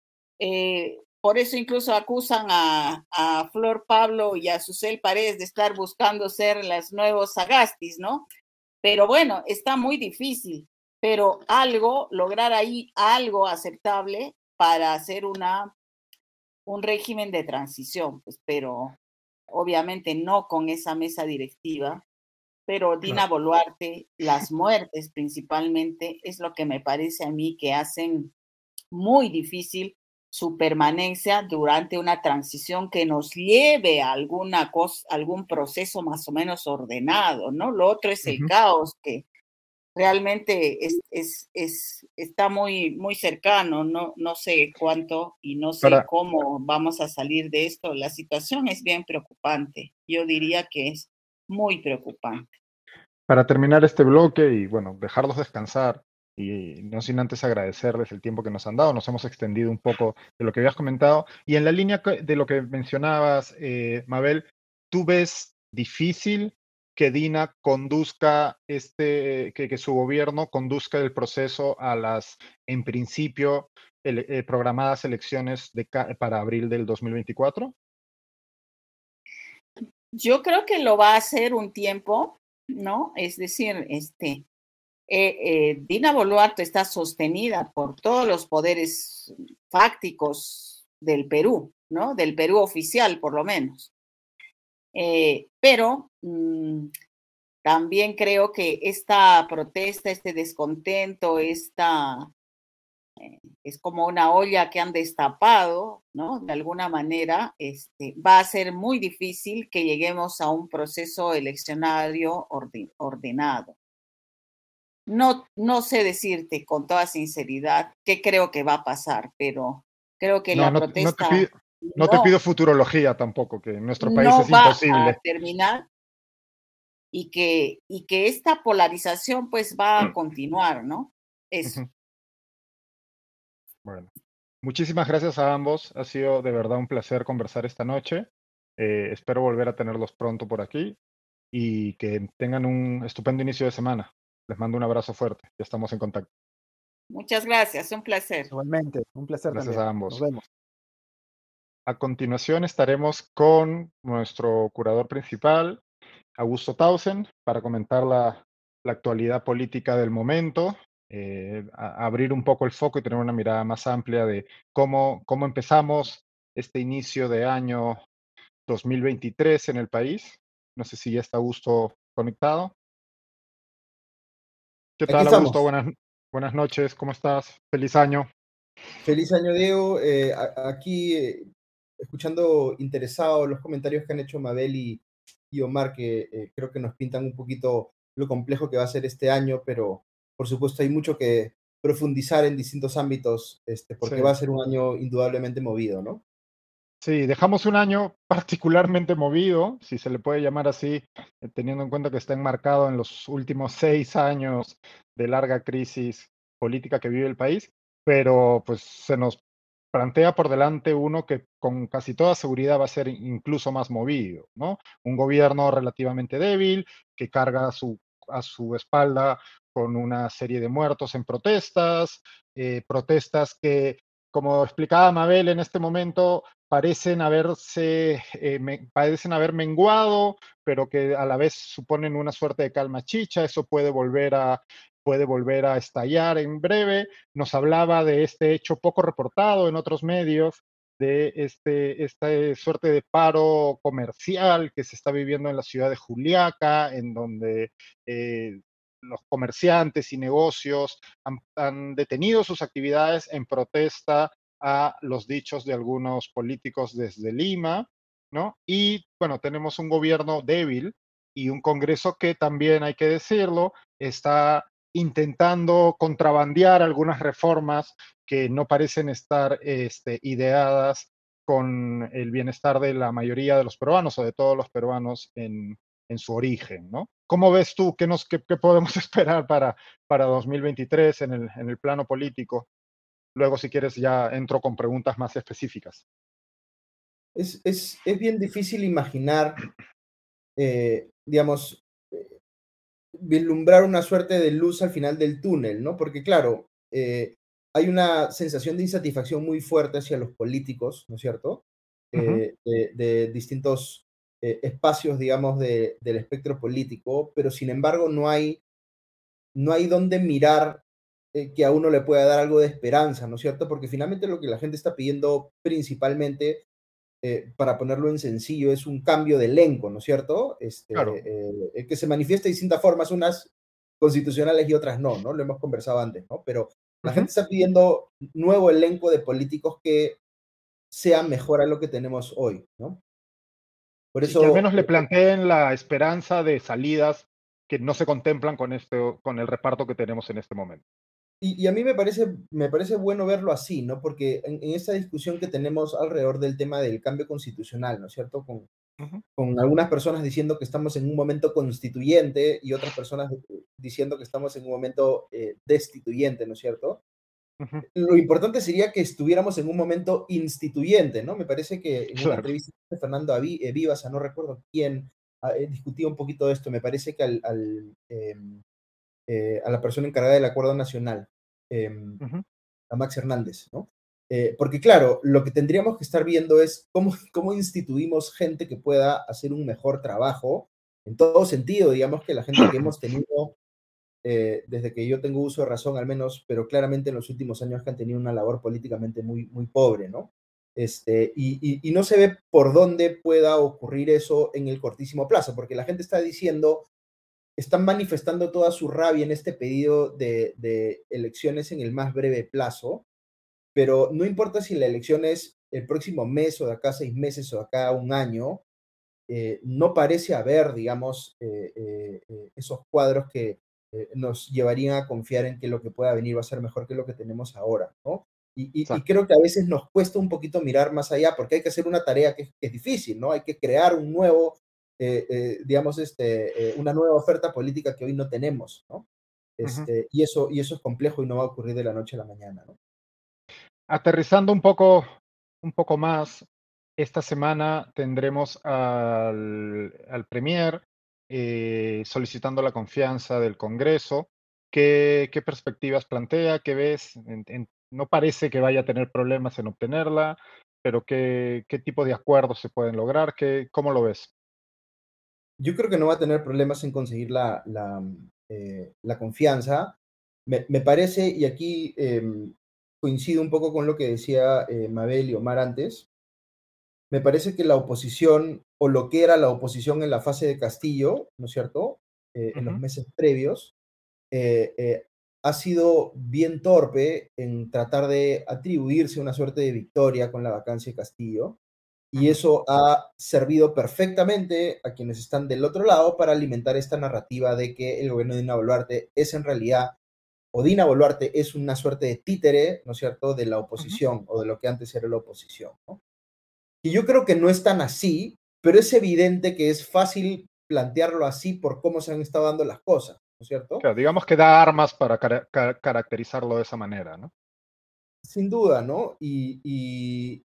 Eh, por eso incluso acusan a, a Flor Pablo y a Susel Paredes de estar buscando ser las nuevos Sagastis, ¿no? Pero bueno, está muy difícil, pero algo, lograr ahí algo aceptable para hacer una, un régimen de transición, pues, pero obviamente no con esa mesa directiva, pero Dina claro. Boluarte, las muertes principalmente, es lo que me parece a mí que hacen muy difícil su permanencia durante una transición que nos lleve a alguna cosa, algún proceso más o menos ordenado, ¿no? Lo otro es el uh-huh. caos que realmente es, es, es, está muy, muy cercano, no, no sé cuánto y no sé Para... cómo vamos a salir de esto. La situación es bien preocupante, yo diría que es muy preocupante. Para terminar este bloque y, bueno, dejarlos descansar, y no sin antes agradecerles el tiempo que nos han dado, nos hemos extendido un poco de lo que habías comentado, y en la línea de lo que mencionabas, eh, Mabel, ¿tú ves difícil que Dina conduzca este, que, que su gobierno conduzca el proceso a las, en principio, el, eh, programadas elecciones de, para abril del dos mil veinticuatro? Yo creo que lo va a hacer un tiempo, ¿no? Es decir, este, eh, eh, Dina Boluarte está sostenida por todos los poderes fácticos del Perú, ¿no? Del Perú oficial, por lo menos. Eh, pero mmm, también creo que esta protesta, este descontento, esta eh, es como una olla que han destapado, ¿no? De alguna manera, este, va a ser muy difícil que lleguemos a un proceso eleccionario orden, ordenado. No, no sé decirte con toda sinceridad qué creo que va a pasar, pero creo que no, la no, protesta... No te, pido, no, no te pido futurología tampoco, que en nuestro país no es imposible. No va a terminar y que, y que esta polarización pues va a continuar, ¿no? Eso. Uh-huh. Bueno, muchísimas gracias a ambos. Ha sido de verdad un placer conversar esta noche. Eh, espero volver a tenerlos pronto por aquí y que tengan un estupendo inicio de semana. Les mando un abrazo fuerte. Ya estamos en contacto. Muchas gracias, un placer. Igualmente, un placer gracias también. a ambos. Nos vemos. A continuación estaremos con nuestro curador principal, Augusto Tausen, para comentar la, la actualidad política del momento, eh, a, a abrir un poco el foco y tener una mirada más amplia de cómo, cómo empezamos este inicio de año dos mil veintitrés en el país. No sé si ya está Augusto conectado. ¿Qué tal, Augusto? Buenas, buenas noches, ¿cómo estás? Feliz año. Feliz año, Diego. Eh, a, aquí, eh, escuchando interesado los comentarios que han hecho Mabel y, y Omar, que eh, creo que nos pintan un poquito lo complejo que va a ser este año, pero por supuesto hay mucho que profundizar en distintos ámbitos, este, porque Sí. va a ser un año indudablemente movido, ¿no? Sí, dejamos un año particularmente movido, si se le puede llamar así, eh, teniendo en cuenta que está enmarcado en los últimos seis años de larga crisis política que vive el país, pero pues se nos plantea por delante uno que con casi toda seguridad va a ser incluso más movido, ¿no? Un gobierno relativamente débil que carga a su, a su espalda con una serie de muertos en protestas, eh, protestas que, como explicaba Mabel en este momento, parecen haberse, eh, me, parecen haber menguado, pero que a la vez suponen una suerte de calma chicha. Eso puede volver a, puede volver a estallar en breve. Nos hablaba de este hecho poco reportado en otros medios, de este, esta suerte de paro comercial que se está viviendo en la ciudad de Juliaca, en donde eh, los comerciantes y negocios han, han detenido sus actividades en protesta a los dichos de algunos políticos desde Lima, ¿no? Y bueno, tenemos un gobierno débil y un Congreso que también, hay que decirlo, está intentando contrabandear algunas reformas que no parecen estar este, ideadas con el bienestar de la mayoría de los peruanos o de todos los peruanos en, en su origen, ¿no? ¿Cómo ves tú? ¿Qué, nos, qué, qué podemos esperar para, para dos mil veintitrés en el, en el plano político? Luego, si quieres, ya entro con preguntas más específicas. Es, es, es bien difícil imaginar, eh, digamos, eh, vislumbrar una suerte de luz al final del túnel, ¿no? Porque claro, eh, hay una sensación de insatisfacción muy fuerte hacia los políticos, ¿no es cierto? Ujú. Eh, de, de distintos eh, espacios, digamos, de, del espectro político, pero sin embargo no hay, no hay donde mirar eh, que a uno le pueda dar algo de esperanza, ¿no es cierto? Porque finalmente lo que la gente está pidiendo principalmente, eh, para ponerlo en sencillo, es un cambio de elenco, ¿no es cierto? Claro. Este, eh, que se manifiesta de distintas formas, unas constitucionales y otras no, ¿no? Lo hemos conversado antes, ¿no? Pero la Ujú. gente está pidiendo nuevo elenco de políticos que sea mejor a lo que tenemos hoy, ¿no? Por Sí, que al eso, menos le planteen la esperanza de salidas que no se contemplan con, este, con el reparto que tenemos en este momento. y, y a mí me parece, me parece bueno verlo así, ¿no? Porque en, en esta discusión que tenemos alrededor del tema del cambio constitucional, ¿no es cierto? Con, Ujú. con algunas personas diciendo que estamos en un momento constituyente y otras personas diciendo que estamos en un momento eh, destituyente, ¿no es cierto? Ujú. Lo importante sería que estuviéramos en un momento instituyente, ¿no? Me parece que en una Claro. entrevista de Fernando Avi, eh, Vivas, no recuerdo quién, ah, eh, discutía un poquito de esto. Me parece que al, al, eh, eh, a la persona encargada del Acuerdo Nacional, eh, Ujú. a Max Hernández, ¿no? Eh, porque claro, lo que tendríamos que estar viendo es cómo, cómo instituimos gente que pueda hacer un mejor trabajo en todo sentido, digamos que la gente que hemos tenido eh, desde que yo tengo uso de razón al menos, pero claramente en los últimos años que han tenido una labor políticamente muy, muy pobre, ¿no? Este, y, y, y no se ve por dónde pueda ocurrir eso en el cortísimo plazo, porque la gente está diciendo, están manifestando toda su rabia en este pedido de, de elecciones en el más breve plazo, pero no importa si la elección es el próximo mes o de acá a seis meses o de acá a un año, eh, no parece haber, digamos, eh, eh, eh, esos cuadros que eh, nos llevarían a confiar en que lo que pueda venir va a ser mejor que lo que tenemos ahora, ¿no? Y, y, y Exacto. creo que a veces nos cuesta un poquito mirar más allá porque hay que hacer una tarea que, que es difícil, ¿no? Hay que crear un nuevo, eh, eh, digamos, este, eh, una nueva oferta política que hoy no tenemos, ¿no? Ujú. Este, y, eso, y eso es complejo y no va a ocurrir de la noche a la mañana, ¿no? Aterrizando un poco, un poco más, esta semana tendremos al, al Premier eh, solicitando la confianza del Congreso. ¿Qué, qué perspectivas plantea? ¿Qué ves? En- en- no parece que vaya a tener problemas en obtenerla, pero ¿qué, qué tipo de acuerdos se pueden lograr? ¿Qué, cómo lo ves? Yo creo que no va a tener problemas en conseguir la, la, eh, la confianza. Me, me, parece, y aquí eh, coincido un poco con lo que decía eh, Mabel y Omar antes, me parece que la oposición, o lo que era la oposición en la fase de Castillo, ¿no es cierto?, eh, en los Ujú. meses previos, eh, eh, ha sido bien torpe en tratar de atribuirse una suerte de victoria con la vacancia de Castillo. Y Ujú. eso ha servido perfectamente a quienes están del otro lado para alimentar esta narrativa de que el gobierno de Dina Boluarte es en realidad o Dina Boluarte es una suerte de títere, ¿no es cierto?, de la Ujú. oposición o de lo que antes era la oposición, ¿no? Y yo creo que no es tan así, pero es evidente que es fácil plantearlo así por cómo se han estado dando las cosas, ¿no es cierto? Claro, digamos que da armas para cara- ca- caracterizarlo de esa manera, ¿no? Sin duda, ¿no? Y, y,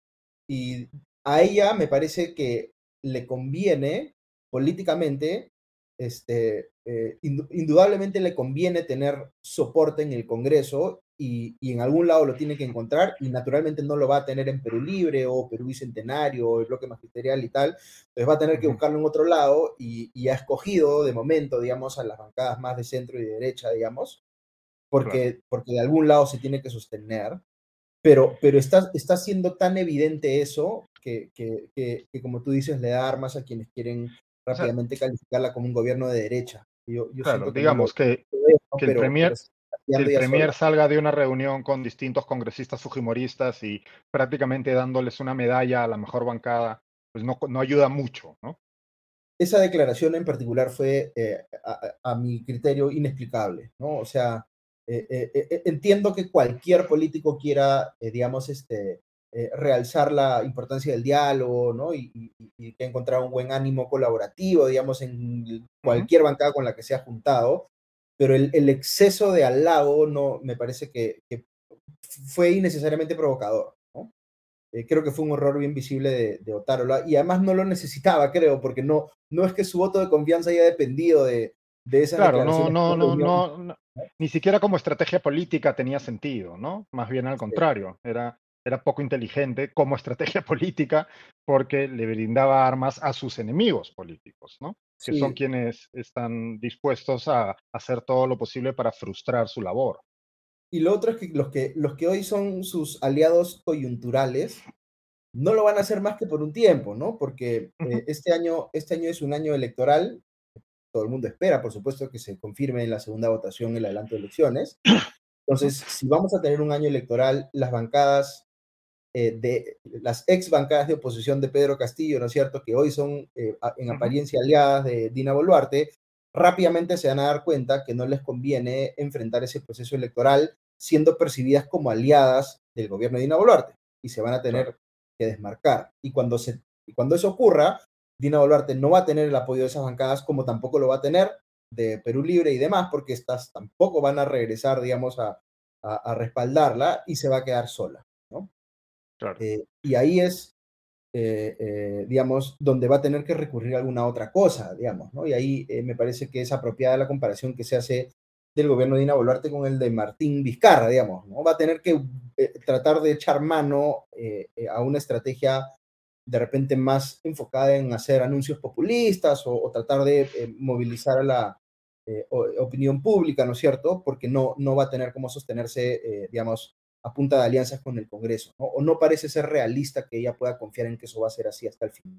y a ella me parece que le conviene políticamente, este, eh, indu- indudablemente le conviene tener soporte en el Congreso y, y en algún lado lo tiene que encontrar y naturalmente no lo va a tener en Perú Libre o Perú Bicentenario o el Bloque Magisterial y tal, entonces va a tener que Ujú. buscarlo en otro lado y, y ha escogido de momento, digamos, a las bancadas más de centro y de derecha, digamos, Claro. porque, porque de algún lado se tiene que sostener. Pero, pero está, está siendo tan evidente eso que, que, que, que, como tú dices, le da armas a quienes quieren O sea, rápidamente calificarla como un gobierno de derecha. Yo, yo claro, siento que no lo, digamos que, no lo es, ¿no? que el Pero, pero premier, se está que quedando el ella premier sola. salga de una reunión con distintos congresistas fujimoristas y prácticamente dándoles una medalla a la mejor bancada, pues no, no ayuda mucho, ¿no? Esa declaración en particular fue, eh, a, a, a, mi criterio, inexplicable, ¿no? O sea, eh, eh, eh, entiendo que cualquier político quiera, eh, digamos, este, eh, realzar la importancia del diálogo, ¿no? Y, y, y que ha encontrado un buen ánimo colaborativo, digamos, en Ujú. cualquier bancada con la que se ha juntado, pero el, el exceso de halago no, me parece que, que fue innecesariamente provocador, ¿no? Eh, creo que fue un error bien visible de, de Otárola y además no lo necesitaba, creo, porque no, no es que su voto de confianza haya dependido de, de esas Claro, no, declaraciones. no, no, ¿No? no, no, ni siquiera como estrategia política tenía sentido, ¿no? Más bien al contrario, era, era poco inteligente como estrategia política porque le brindaba armas a sus enemigos políticos, ¿no? Que son Sí, quienes están dispuestos a hacer todo lo posible para frustrar su labor. y lo otro es que los que, los que hoy son sus aliados coyunturales no lo van a hacer más que por un tiempo, ¿no? Porque Ujú, eh, este año, este año es un año electoral, todo el mundo espera, por supuesto, que se confirme en la segunda votación el adelanto de elecciones. ujú, Entonces, si vamos a tener un año electoral, las bancadas eh, de las ex bancadas de oposición de Pedro Castillo, ¿no es cierto?, que hoy son eh, en ujú. apariencia aliadas de Dina Boluarte, rápidamente se van a dar cuenta que no les conviene enfrentar ese proceso electoral siendo percibidas como aliadas del gobierno de Dina Boluarte y se van a Claro, tener que desmarcar. Y cuando, se, y cuando eso ocurra, Dina Boluarte no va a tener el apoyo de esas bancadas como tampoco lo va a tener de Perú Libre y demás, porque estas tampoco van a regresar, digamos, a, a, a respaldarla y se va a quedar sola, ¿no? claro. Eh, y ahí es, eh, eh, digamos, donde va a tener que recurrir a alguna otra cosa, digamos, ¿no? Y ahí eh, me parece que es apropiada la comparación que se hace del gobierno de Dina Boluarte con el de Martín Vizcarra, digamos, ¿no? Va a tener que eh, tratar de echar mano eh, eh, a una estrategia de repente más enfocada en hacer anuncios populistas o, o tratar de eh, movilizar a la eh, o, opinión pública, ¿no es cierto? Porque no, no va a tener cómo sostenerse, eh, digamos, a punta de alianzas con el Congreso, ¿no? O no parece ser realista que ella pueda confiar en que eso va a ser así hasta el fin.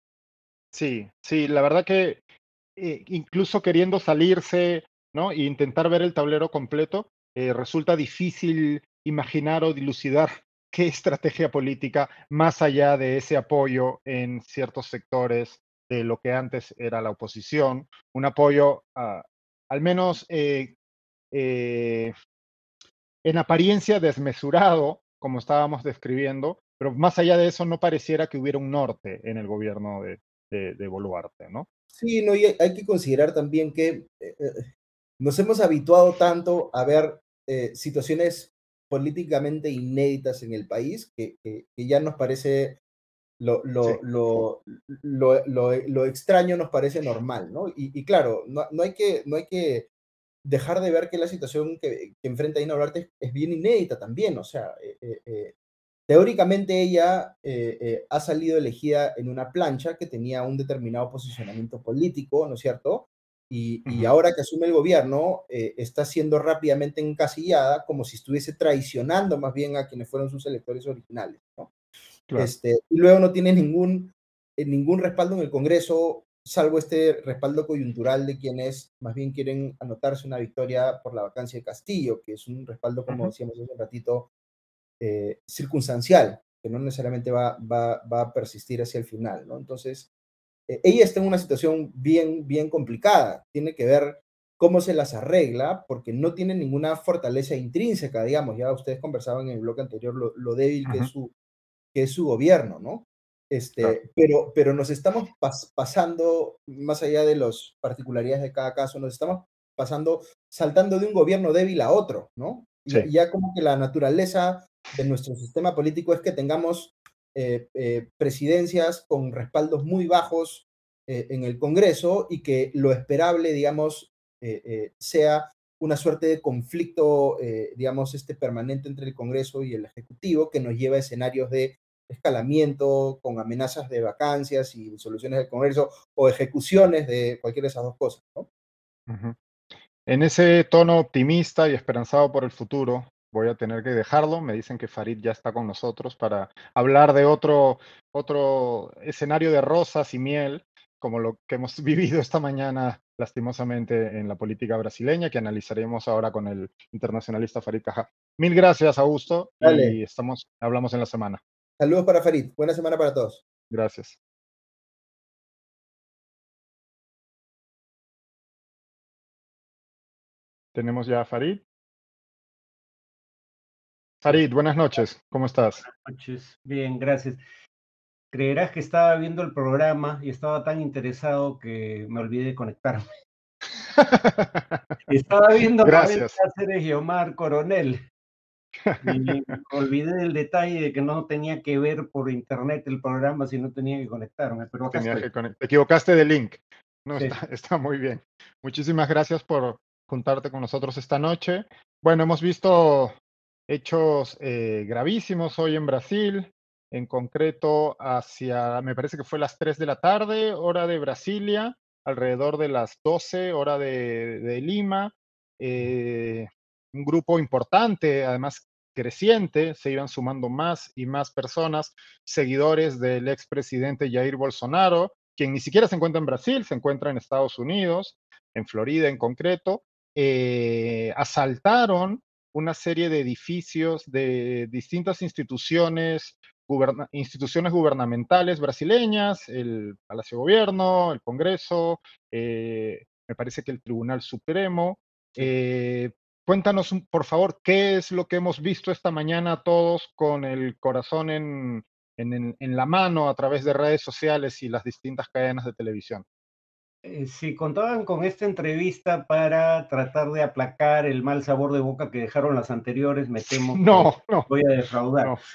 Sí, sí, la verdad que eh, incluso queriendo salirse, ¿no? E intentar ver el tablero completo, eh, resulta difícil imaginar o dilucidar qué estrategia política, más allá de ese apoyo en ciertos sectores de lo que antes era la oposición, un apoyo ah, al menos eh, eh, en apariencia desmesurado, como estábamos describiendo, pero más allá de eso no pareciera que hubiera un norte en el gobierno de, de, de Boluarte, ¿no? Sí, no, y hay, hay que considerar también que eh, eh, nos hemos habituado tanto a ver eh, situaciones políticamente inéditas en el país que, que, que ya nos parece lo, Sí. lo, lo, lo, lo, lo extraño nos parece normal, ¿no? Y, y claro, no, no, hay que, no hay que dejar de ver que la situación que, que enfrenta Dina Boluarte es, es bien inédita también, o sea, eh, eh, eh, teóricamente ella eh, eh, ha salido elegida en una plancha que tenía un determinado posicionamiento político, ¿no es cierto? Y, y Ujú, ahora que asume el gobierno, eh, está siendo rápidamente encasillada como si estuviese traicionando más bien a quienes fueron sus electores originales, ¿no? claro. Este, y luego no tiene ningún, eh, ningún respaldo en el Congreso, salvo este respaldo coyuntural de quienes más bien quieren anotarse una victoria por la vacancia de Castillo, que es un respaldo, como Ujú, decíamos hace un ratito, eh, circunstancial, que no necesariamente va, va, va, a persistir hacia el final, ¿no? Entonces, eh, ella está en una situación bien, bien complicada, tiene que ver cómo se las arregla, porque no tienen ninguna fortaleza intrínseca, digamos, ya ustedes conversaban en el bloque anterior lo, lo débil que, Ujú. es su, que es su gobierno, ¿no? Este, Claro. pero, pero nos estamos pas, pasando, más allá de las particularidades de cada caso, nos estamos pasando, saltando de un gobierno débil a otro, ¿no? Ya, Sí. ya como que la naturaleza de nuestro sistema político es que tengamos eh, eh, presidencias con respaldos muy bajos eh, en el Congreso y que lo esperable, digamos, eh, eh, sea una suerte de conflicto, eh, digamos, este permanente entre el Congreso y el Ejecutivo que nos lleva a escenarios de escalamiento, con amenazas de vacancias y disoluciones del Congreso o ejecuciones de cualquiera de esas dos cosas, ¿no? Ujú. En ese tono optimista y esperanzado por el futuro, voy a tener que dejarlo. Me dicen que Farid ya está con nosotros para hablar de otro, otro escenario de rosas y miel, como lo que hemos vivido esta mañana, lastimosamente, en la política brasileña, que analizaremos ahora con el internacionalista Farid Cajá. Mil gracias, Augusto, Dale, y estamos, hablamos en la semana. saludos para Farid, buena semana para todos. Gracias. Tenemos ya a Farid. Farid, buenas noches, ¿cómo estás? Noches. Bien, gracias. Creerás que estaba viendo el programa y estaba tan interesado que me olvidé de conectarme. Estaba viendo noventa Gracias. series de Omar Coronel y me olvidé del detalle de que no tenía que ver por internet el programa, si no tenía que conectarme, pero acá Tenías estoy. que conect- Te equivocaste de link. No, Sí, está, sí. está muy bien. Muchísimas gracias por juntarte con nosotros esta noche. Bueno, hemos visto hechos eh, gravísimos hoy en Brasil, en concreto hacia, me parece que fue las tres de la tarde, hora de Brasilia, alrededor de las doce, hora de, de Lima. Eh, un grupo importante, además creciente, se iban sumando más y más personas, seguidores del expresidente Jair Bolsonaro, quien ni siquiera se encuentra en Brasil, se encuentra en Estados Unidos, en Florida en concreto. Eh, asaltaron una serie de edificios de distintas instituciones, guberna instituciones gubernamentales brasileñas, el Palacio de Gobierno, el Congreso, eh, me parece que el Tribunal Supremo. Sí. Eh, cuéntanos, por favor, qué es lo que hemos visto esta mañana todos con el corazón en, en, en, en la mano a través de redes sociales y las distintas cadenas de televisión. Eh, si contaban con esta entrevista para tratar de aplacar el mal sabor de boca que dejaron las anteriores, me temo que No, no, voy a defraudar. no,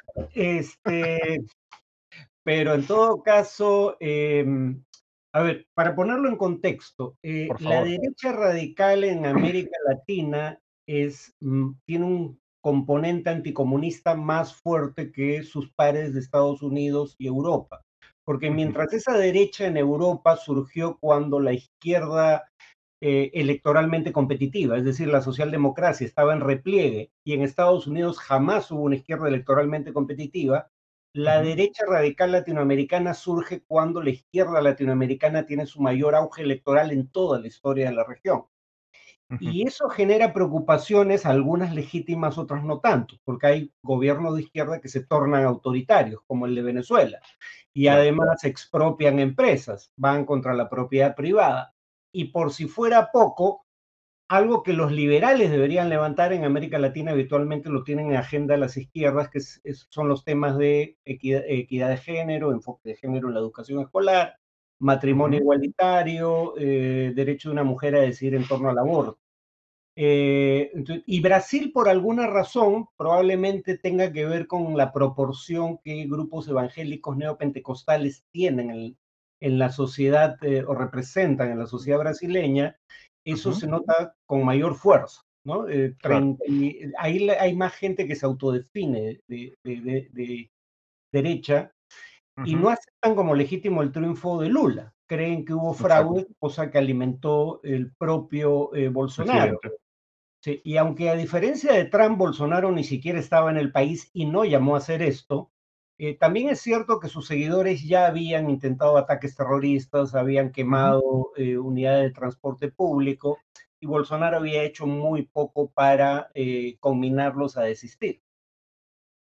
Este, pero en todo caso, eh, a ver, para ponerlo en contexto, eh, por la favor. derecha radical en América Latina es, mm, tiene un componente anticomunista más fuerte que sus pares de Estados Unidos y Europa. Porque Ujú, mientras esa derecha en Europa surgió cuando la izquierda eh, electoralmente competitiva, es decir, la socialdemocracia estaba en repliegue y en Estados Unidos jamás hubo una izquierda electoralmente competitiva, la ujú, derecha radical latinoamericana surge cuando la izquierda latinoamericana tiene su mayor auge electoral en toda la historia de la región. ujú, Y eso genera preocupaciones, algunas legítimas, otras no tanto, porque hay gobiernos de izquierda que se tornan autoritarios, como el de Venezuela, y claro. además expropian empresas, van contra la propiedad privada. Y por si fuera poco, algo que los liberales deberían levantar en América Latina habitualmente lo tienen en agenda las izquierdas, que es, es, son los temas de equidad, equidad, de género, enfoque de género en la educación escolar, matrimonio Ujú, igualitario, eh, derecho de una mujer a decidir en torno al aborto. Eh, entonces, y Brasil, por alguna razón, probablemente tenga que ver con la proporción que grupos evangélicos neopentecostales tienen en, en la sociedad eh, o representan en la sociedad brasileña, eso ujú, se nota con mayor fuerza, ¿no? Eh, claro. treinta, ahí hay más gente que se autodefine de, de, de, de derecha y Ujú, no aceptan como legítimo el triunfo de Lula. Creen que hubo exacto. fraude, cosa que alimentó el propio eh, Bolsonaro. Presidente. Sí, y aunque a diferencia de Trump, Bolsonaro ni siquiera estaba en el país y no llamó a hacer esto, eh, también es cierto que sus seguidores ya habían intentado ataques terroristas, habían Ujú, quemado eh, unidades de transporte público y Bolsonaro había hecho muy poco para eh, conminarlos a desistir.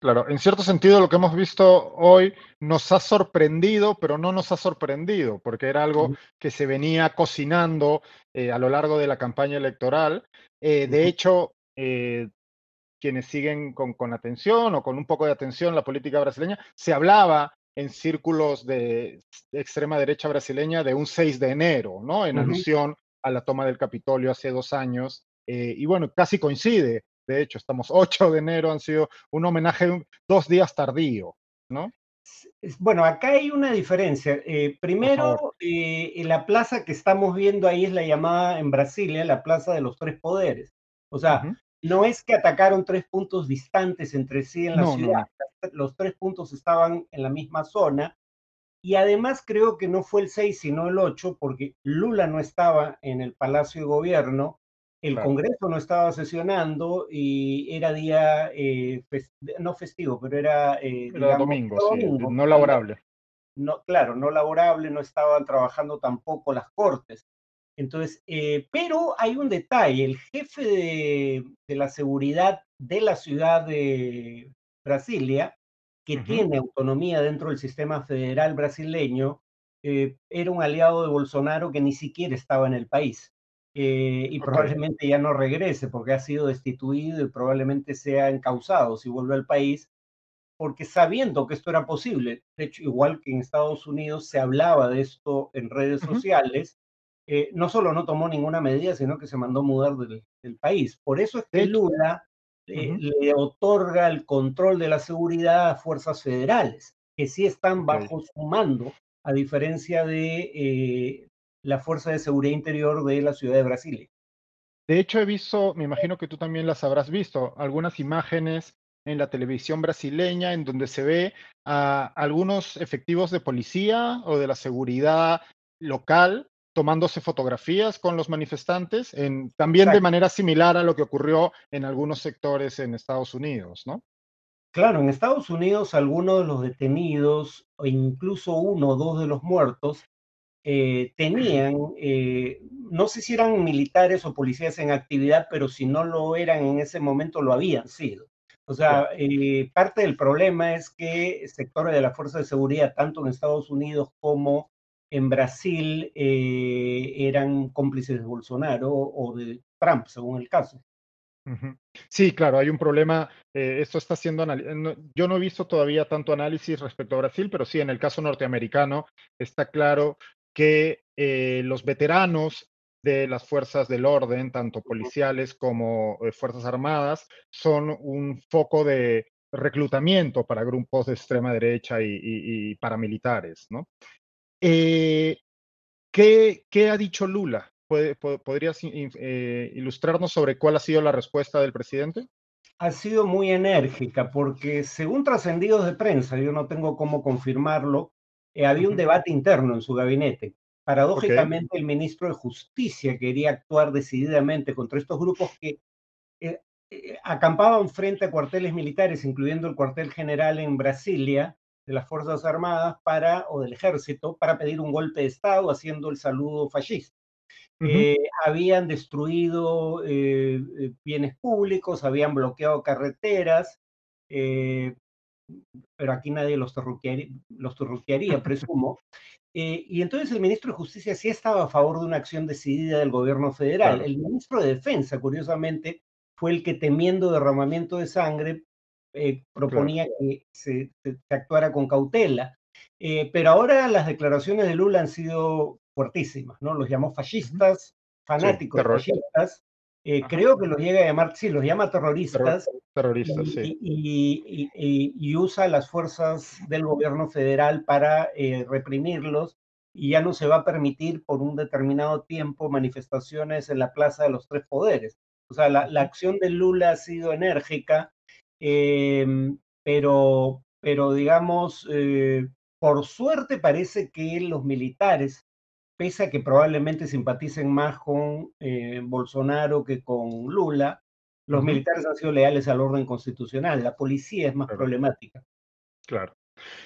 Claro, en cierto sentido lo que hemos visto hoy nos ha sorprendido, pero no nos ha sorprendido, porque era algo Ujú, que se venía cocinando eh, a lo largo de la campaña electoral. Eh, de ujú, hecho, eh, quienes siguen con, con atención o con un poco de atención la política brasileña, se hablaba en círculos de extrema derecha brasileña de un seis de enero, ¿no? En ujú. alusión a la toma del Capitolio hace dos años. Eh, y bueno, casi coincide. De hecho, estamos ocho de enero, han sido un homenaje un- dos días tardío, ¿no? Es- Bueno, acá hay una diferencia. Eh, Por favor. primero, eh, en la plaza que estamos viendo ahí es la llamada en Brasilia la Plaza de los Tres Poderes. O sea, Ujú. no es que atacaron tres puntos distantes entre sí en la No, no, ciudad. no. Los tres puntos estaban en la misma zona. Y además creo que no fue el seis, sino el ocho, porque Lula no estaba en el Palacio de Gobierno, el Claro. Congreso no estaba sesionando y era día, eh, fes- no festivo, pero era, eh, Era digamos, domingo, era sí, domingo, no también. laborable. No, claro, no laborable, no estaban trabajando tampoco las cortes. Entonces, eh, pero hay un detalle, el jefe de, de la seguridad de la ciudad de Brasilia, que Ujú. tiene autonomía dentro del sistema federal brasileño, eh, era un aliado de Bolsonaro que ni siquiera estaba en el país. Eh, y Ok. probablemente ya no regrese porque ha sido destituido y probablemente sea encausado si vuelve al país porque sabiendo que esto era posible, de hecho, igual que en Estados Unidos se hablaba de esto en redes Ujú. sociales, eh, no solo no tomó ninguna medida, sino que se mandó mudar del, del país. Por eso es De que hecho, Lula eh, ujú. le otorga el control de la seguridad a fuerzas federales, que sí están Ok. bajo su mando, a diferencia de eh, la Fuerza de Seguridad Interior de la ciudad de Brasilia. De hecho, he visto, me imagino que tú también las habrás visto, algunas imágenes en la televisión brasileña en donde se ve a algunos efectivos de policía o de la seguridad local tomándose fotografías con los manifestantes, en, también de Exacto. manera similar a lo que ocurrió en algunos sectores en Estados Unidos, ¿no? Claro, en Estados Unidos algunos de los detenidos, o incluso uno o dos de los muertos, eh, tenían, eh, no sé si eran militares o policías en actividad, pero si no lo eran en ese momento, lo habían sido. O Claro. sea, eh, parte del problema es que sectores de la Fuerza de Seguridad, tanto en Estados Unidos como en Brasil, eh, eran cómplices de Bolsonaro o de Trump, según el caso. Ujú. Sí, claro, hay un problema. Eh, esto está siendo anali- eh, no- yo no he visto todavía tanto análisis respecto a Brasil, pero sí, en el caso norteamericano está claro que eh, los veteranos de las fuerzas del orden, tanto policiales como eh, fuerzas armadas, son un foco de reclutamiento para grupos de extrema derecha y, y- y paramilitares, ¿no? Eh, ¿Qué, qué ha dicho Lula? ¿Puede- po- ¿Podrías in- eh, ilustrarnos sobre cuál ha sido la respuesta del presidente? Ha sido muy enérgica porque según trascendidos de prensa, yo no tengo cómo confirmarlo, eh, había un Ujú. debate interno en su gabinete. Ok. Paradójicamente, el ministro de Justicia quería actuar decididamente contra estos grupos que eh, eh, acampaban frente a cuarteles militares, incluyendo el cuartel general en Brasilia de las Fuerzas Armadas para, o del Ejército, para pedir un golpe de Estado haciendo el saludo fascista. Ujú. Eh, habían destruido eh, eh, bienes públicos, habían bloqueado carreteras, eh, pero aquí nadie los terruquearía, los terruquearía presumo. Eh, y entonces el ministro de Justicia sí estaba a favor de una acción decidida del gobierno federal. Claro, El ministro de Defensa, curiosamente, fue el que temiendo derramamiento de sangre eh, claro. proponía que se, se, se actuara con cautela. Eh, pero ahora las declaraciones de Lula han sido fuertísimas, ¿no? Los llamó Ujú. fascistas, Sí, fanáticos terror. fascistas. Eh, Ajá. creo que los llega a llamar, sí, los llama Terror, terroristas terroristas, y, sí. y, y, y, usa las fuerzas del gobierno federal para eh, reprimirlos y ya no se va a permitir por un determinado tiempo manifestaciones en la Plaza de los Tres Poderes. O sea, la, la Ujú. acción de Lula ha sido enérgica, eh, pero, pero digamos, eh, por suerte parece que los militares, pese a que probablemente simpaticen más con eh, Bolsonaro que con Lula, los Ujú. militares han sido leales al orden constitucional. La policía es más Claro, problemática. claro.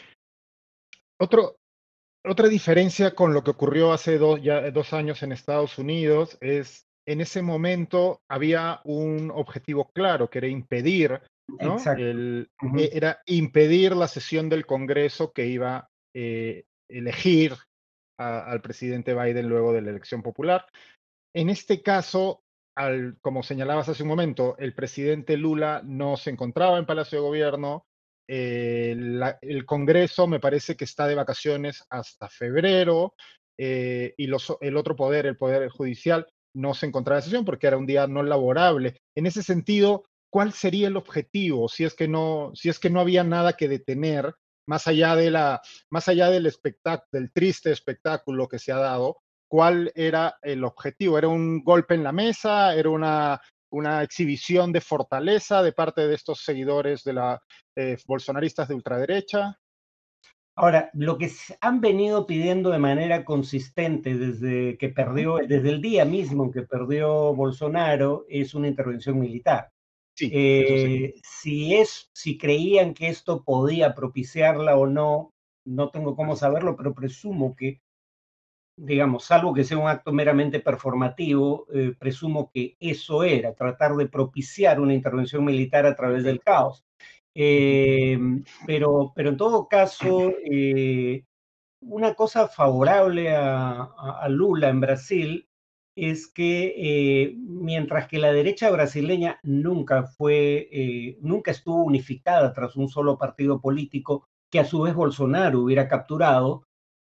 Otro, otra diferencia con lo que ocurrió hace dos, ya dos años en Estados Unidos es, en ese momento había un objetivo claro, que era impedir ¿no? Exacto. El, Ujú. e- Era impedir la sesión del Congreso que iba a eh, elegir a- al presidente Biden luego de la elección popular. En este caso, al, como señalabas hace un momento, el presidente Lula no se encontraba en Palacio de Gobierno. Eh, la- el Congreso me parece que está de vacaciones hasta febrero, eh, y los- el otro poder, el Poder Judicial, no se encontraba en sesión porque era un día no laborable. En ese sentido, ¿cuál sería el objetivo si es que no, si es que no había nada que detener más allá de la, más allá del espectáculo, del triste espectáculo que se ha dado? ¿Cuál era el objetivo? ¿Era un golpe en la mesa? ¿Era una, una exhibición de fortaleza de parte de estos seguidores de la eh, bolsonaristas de ultraderecha? Ahora, lo que s- han venido pidiendo de manera consistente desde que Ujú. perdió, desde el día mismo en que perdió Bolsonaro, es una intervención militar. Sí, eso sí. Eh, si es, si creían que esto podía propiciarla o no, no tengo cómo saberlo, pero presumo que, digamos, salvo que sea un acto meramente performativo, eh, presumo que eso era, tratar de propiciar una intervención militar a través Ok. del caos. Ujú. Eh, pero, pero en todo caso, eh, una cosa favorable a, a- a Lula en Brasil es que eh, mientras que la derecha brasileña nunca fue, eh, nunca estuvo unificada tras un solo partido político que a su vez Bolsonaro hubiera capturado,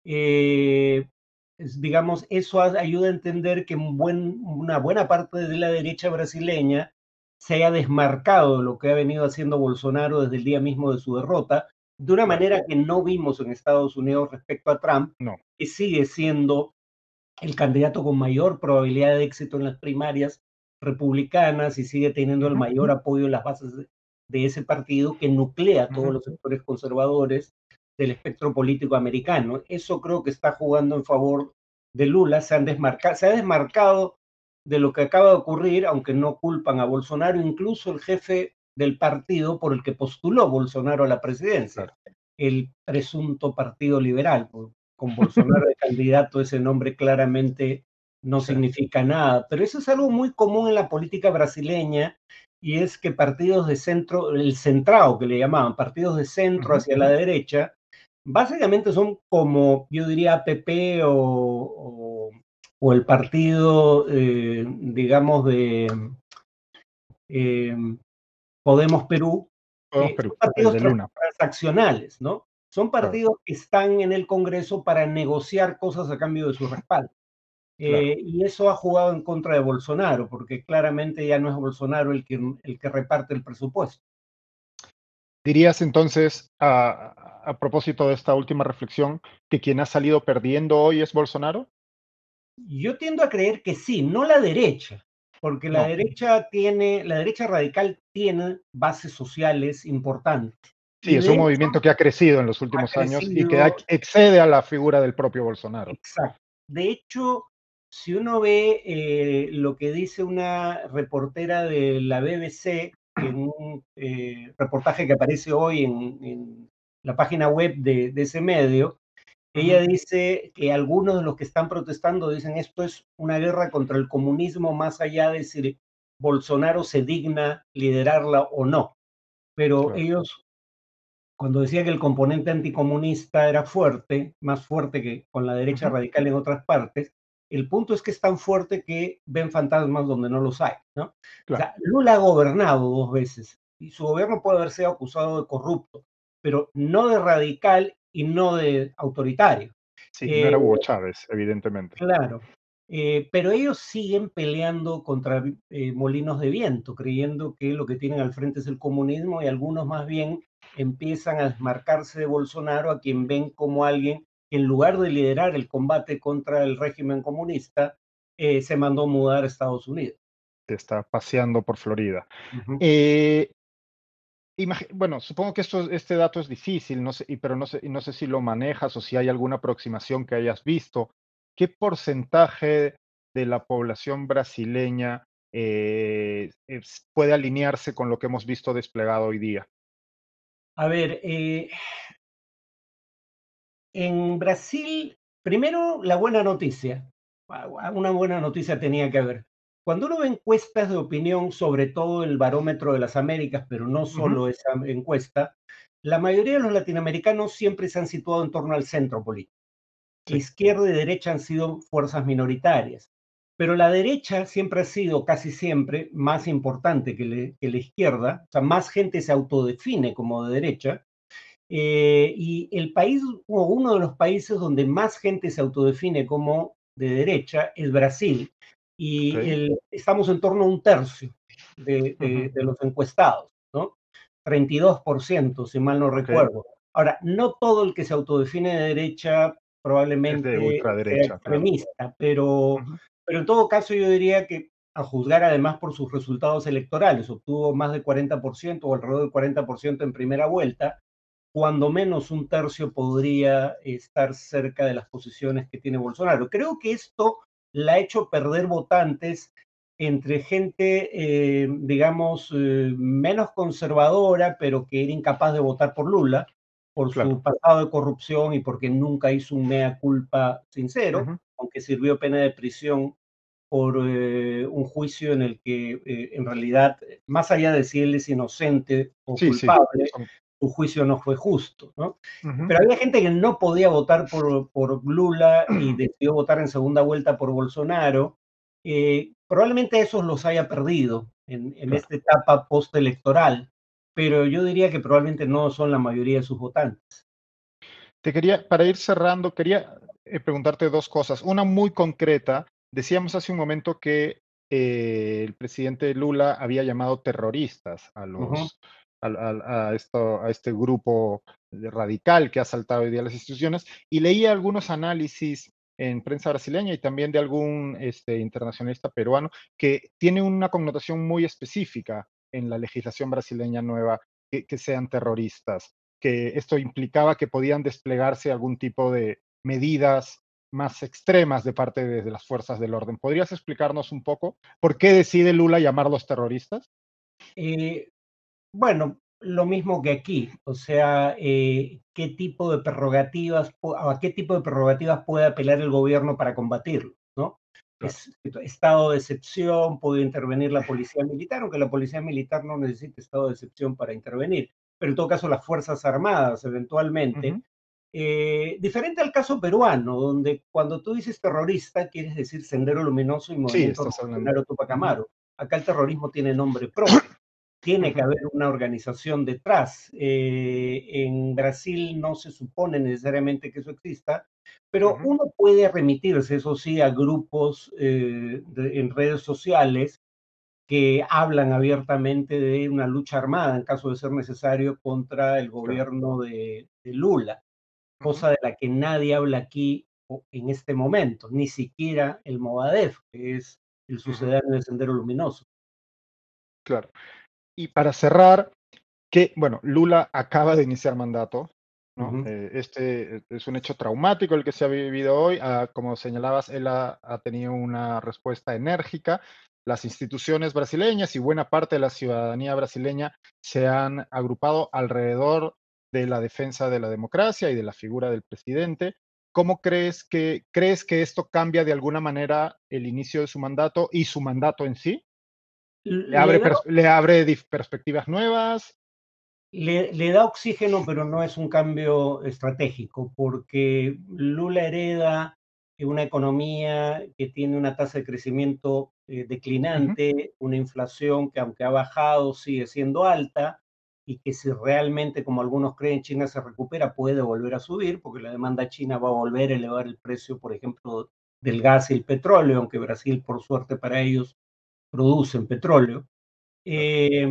eh, es- digamos, eso a- ayuda a entender que un buen- una buena parte de la derecha brasileña se haya desmarcado de lo que ha venido haciendo Bolsonaro desde el día mismo de su derrota, de una Claro, manera que no vimos en Estados Unidos respecto a Trump, no. que sigue siendo el candidato con mayor probabilidad de éxito en las primarias republicanas y sigue teniendo el Ujú, mayor apoyo en las bases de, de ese partido que nuclea a todos ujú. los sectores conservadores del espectro político americano. Eso creo que está jugando en favor de Lula. Se, han desmarcado, se ha desmarcado de lo que acaba de ocurrir, aunque no culpan a Bolsonaro, incluso el jefe del partido por el que postuló Bolsonaro a la presidencia, Claro. el presunto Partido Liberal. Con Bolsonaro de candidato, ese nombre claramente no Sí. significa nada, pero eso es algo muy común en la política brasileña y es que partidos de centro, el centrado que le llamaban, partidos de centro Ujú. hacia la derecha, básicamente son como, yo diría, A P P o, o, o el partido, eh, digamos, de eh, Podemos Perú, Podemos eh, son Perú, el partidos de trans- Luna. transaccionales, ¿no? Son Claro, partidos que están en el Congreso para negociar cosas a cambio de su respaldo. claro. Eh, y eso ha jugado en contra de Bolsonaro, porque claramente ya no es Bolsonaro el que, el que reparte el presupuesto. ¿Dirías entonces, a, a propósito de esta última reflexión, que quien ha salido perdiendo hoy es Bolsonaro? Yo tiendo a creer que sí, no la derecha, porque la No. derecha tiene, la derecha radical tiene bases sociales importantes. Sí, Y es de un hecho movimiento que ha crecido en los ha últimos años y que ha- crecido. excede a la figura del propio Bolsonaro. Exacto. De hecho, si uno ve eh, lo que dice una reportera de la B B C en un eh, reportaje que aparece hoy en, en la página web de, de ese medio, ella Ujú. dice que algunos de los que están protestando dicen esto es una guerra contra el comunismo más allá de si Bolsonaro se digna liderarla o no. Pero Claro. ellos cuando decía que el componente anticomunista era fuerte, más fuerte que con la derecha Ujú. radical en otras partes, el punto es que es tan fuerte que ven fantasmas donde no los hay, ¿no? O Claro. sea, Lula ha gobernado dos veces y su gobierno puede haber sido acusado de corrupto, pero no de radical y no de autoritario. Sí, no Eh, era Hugo Chávez, evidentemente. Claro, eh, pero ellos siguen peleando contra eh, molinos de viento, creyendo que lo que tienen al frente es el comunismo y algunos más bien empiezan a desmarcarse de Bolsonaro, a quien ven como alguien que en lugar de liderar el combate contra el régimen comunista, eh, se mandó mudar a Estados Unidos. Que está paseando por Florida. Ujú. Eh, imagi- bueno, supongo que esto, este dato es difícil, no sé, y- pero no sé, y no sé si lo manejas o si hay alguna aproximación que hayas visto. ¿Qué porcentaje de la población brasileña eh, es- puede alinearse con lo que hemos visto desplegado hoy día? A ver, eh, en Brasil, primero la buena noticia. Ah, una buena noticia tenía que haber. cuando uno ve encuestas de opinión, sobre todo el Barómetro de las Américas, pero no Ujú. solo esa encuesta, la mayoría de los latinoamericanos siempre se han situado en torno al centro político. Sí. Izquierda y derecha han sido fuerzas minoritarias, pero la derecha siempre ha sido, casi siempre, más importante que, le- que la izquierda, o sea, más gente se autodefine como de derecha, eh, y el país, o uno de los países donde más gente se autodefine como de derecha es Brasil, y Ok. el- estamos en torno a un tercio de, de- Ujú. de los encuestados, ¿no? treinta y dos por ciento, si mal no Ok. recuerdo. Ahora, no todo el que se autodefine de derecha Es de probablemente sea ultraderecha, claro. extremista, pero, Ujú. pero en todo caso yo diría que, a juzgar además por sus resultados electorales, obtuvo más del cuarenta por ciento o alrededor del cuarenta por ciento en primera vuelta, cuando menos un tercio podría estar cerca de las posiciones que tiene Bolsonaro. Creo que esto la ha hecho perder votantes entre gente, eh, digamos, eh, menos conservadora, pero que era incapaz de votar por Lula, por su Claro. pasado de corrupción y porque nunca hizo un mea culpa sincero, Ujú. aunque sirvió pena de prisión por eh, un juicio en el que eh, en realidad, más allá de si él es inocente o Sí, sí. culpable, Son- su juicio no fue justo, ¿no? Ujú. Pero había gente que no podía votar por, por Lula y decidió votar en segunda vuelta por Bolsonaro. Eh, probablemente esos los haya perdido en, en Claro. esta etapa postelectoral, pero yo diría que probablemente no son la mayoría de sus votantes. Te quería, para ir cerrando, quería eh, preguntarte dos cosas. Una muy concreta. Decíamos hace un momento que eh, el presidente Lula había llamado terroristas a Ujú. los al- al- a, esto, a este grupo de radical que ha saltado hoy día las instituciones y leía algunos análisis en prensa brasileña y también de algún este, internacionalista peruano que tiene una connotación muy específica en la legislación brasileña nueva que, que sean terroristas, que esto implicaba que podían desplegarse algún tipo de medidas más extremas de parte de, de las fuerzas del orden. ¿Podrías explicarnos un poco por qué decide Lula llamarlos terroristas? Eh, Bueno, lo mismo que aquí, o sea, eh, ¿qué tipo de prerrogativas, pu- a qué tipo de prerrogativas puede apelar el gobierno para combatirlo, ¿no? Claro. Es estado de excepción, puede intervenir la policía militar, aunque la policía militar no necesita estado de excepción para intervenir, pero en todo caso las Fuerzas Armadas eventualmente. Ujú. Eh, diferente al caso peruano, donde cuando tú dices terrorista, quieres decir Sendero Luminoso y Sí, Movimiento estás hablando. Revolucionario Tupac Ujú, Amaru. Acá el terrorismo tiene nombre propio, tiene que ujú, haber una organización detrás. Eh, en Brasil no se supone necesariamente que eso exista, pero ujú. uno puede remitirse, eso sí, a grupos eh, de- en redes sociales que hablan abiertamente de una lucha armada, en caso de ser necesario, contra el Claro. gobierno de, de Lula, Ujú, cosa de la que nadie habla aquí o- en este momento, ni siquiera el Movadef, que es el ujú. sucedáneo de Sendero Luminoso. Claro. Y para cerrar, que, bueno, Lula acaba de iniciar mandato, ¿no? Ujú. Eh, este eh, es un hecho traumático el que se ha vivido hoy. Ah, como señalabas, él ha, ha tenido una respuesta enérgica. Las instituciones brasileñas y buena parte de la ciudadanía brasileña se han agrupado alrededor de la defensa de la democracia y de la figura del presidente. ¿Cómo crees que, crees que esto cambia de alguna manera el inicio de su mandato y su mandato en sí? ¿Le Le abre, da pers- le abre dif- perspectivas nuevas? Le, le da oxígeno, pero no es un cambio estratégico, porque Lula hereda una economía que tiene una tasa de crecimiento eh, Ujú. declinante, una inflación que aunque ha bajado sigue siendo alta y que si realmente, como algunos creen, China se recupera, puede volver a subir, porque la demanda china va a volver a elevar el precio, por ejemplo, del gas y el petróleo, aunque Brasil, por suerte para ellos, producen petróleo. Claro, Eh,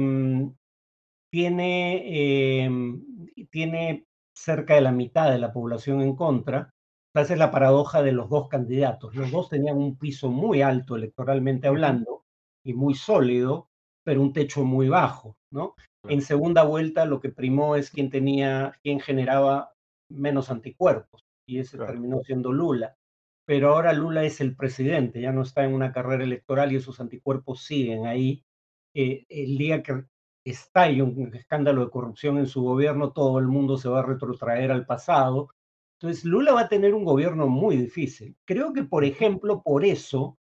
tiene, eh, tiene cerca de la mitad de la población en contra. Esa es la paradoja de los dos candidatos. Los dos tenían un piso muy alto electoralmente ujú, hablando y muy sólido, pero un techo muy bajo, ¿no? En claro, segunda vuelta lo que primó es quién tenía, quién generaba menos anticuerpos y ese claro. terminó siendo Lula. Pero ahora Lula es el presidente, ya no está en una carrera electoral y esos anticuerpos siguen ahí. Eh, el día que estalle un escándalo de corrupción en su gobierno, todo el mundo se va a retrotraer al pasado. Entonces, Lula va a tener un gobierno muy difícil. Creo que, por Ujú, ejemplo, por eso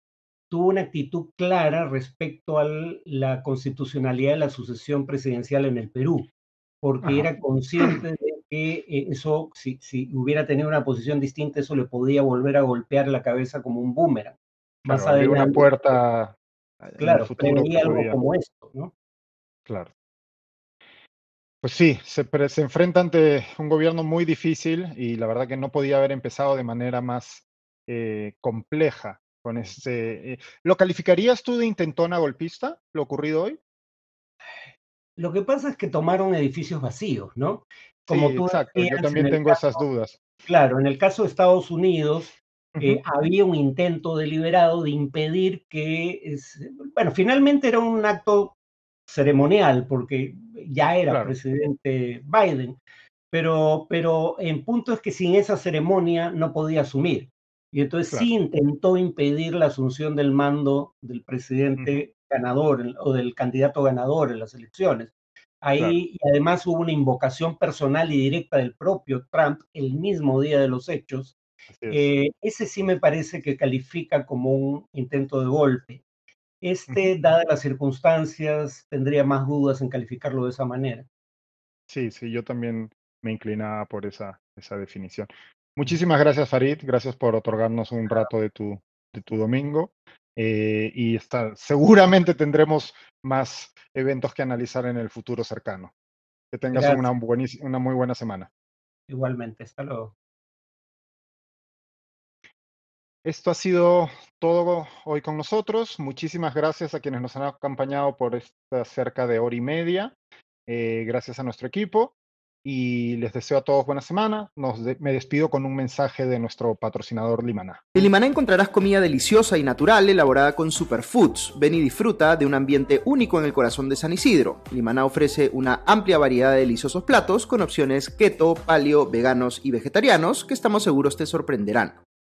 tuvo una actitud clara respecto a la constitucionalidad de la sucesión presidencial en el Perú, porque Ajá. era consciente de que eh, eso, si, si hubiera tenido una posición distinta, eso le podía volver a golpear la cabeza como un boomerang. Más Claro, abrir una adelante, puerta en el claro, futuro que preveía algo podía. como esto, ¿no? Claro. Pues sí, se, pre- se enfrenta ante un gobierno muy difícil y la verdad que no podía haber empezado de manera más eh, compleja con este. eh, ¿Lo calificarías tú de intentona golpista, lo ocurrido hoy? Lo que pasa es que tomaron edificios vacíos, ¿no? Como Sí, tú exacto. Yo decías, en también el tengo esas caso, dudas. claro, en el caso de Estados Unidos, eh, Ujú, había un intento deliberado de impedir que, es, bueno, finalmente era un acto ceremonial, porque ya era claro, presidente Biden, pero, pero en punto es que sin esa ceremonia no podía asumir. Y entonces claro. sí intentó impedir la asunción del mando del Ujú, presidente ganador en- o del candidato ganador en las elecciones. claro, Ahí, y además hubo una invocación personal y directa del propio Trump el mismo día de los hechos. así es. Eh, ese sí me parece que califica como un intento de golpe. Ujú, Este, dadas las circunstancias, tendría más dudas en calificarlo de esa manera. sí, sí, yo también me inclinaba por esa, esa definición. Muchísimas gracias, Farid. Gracias por otorgarnos un rato de tu, de tu domingo. Eh, y está, seguramente tendremos más eventos que analizar en el futuro cercano. Que tengas una, Gracias, buenísima, una muy buena semana. igualmente. Hasta luego. Esto ha sido todo hoy con nosotros. Muchísimas gracias a quienes nos han acompañado por esta cerca de hora y media. Eh, gracias a nuestro equipo y les deseo a todos buena semana. Nos de- me despido con un mensaje de nuestro patrocinador Limaná. En Limaná encontrarás comida deliciosa y natural elaborada con superfoods. Ven y disfruta de un ambiente único en el corazón de San Isidro. Limaná ofrece una amplia variedad de deliciosos platos con opciones keto, paleo, veganos y vegetarianos que estamos seguros te sorprenderán.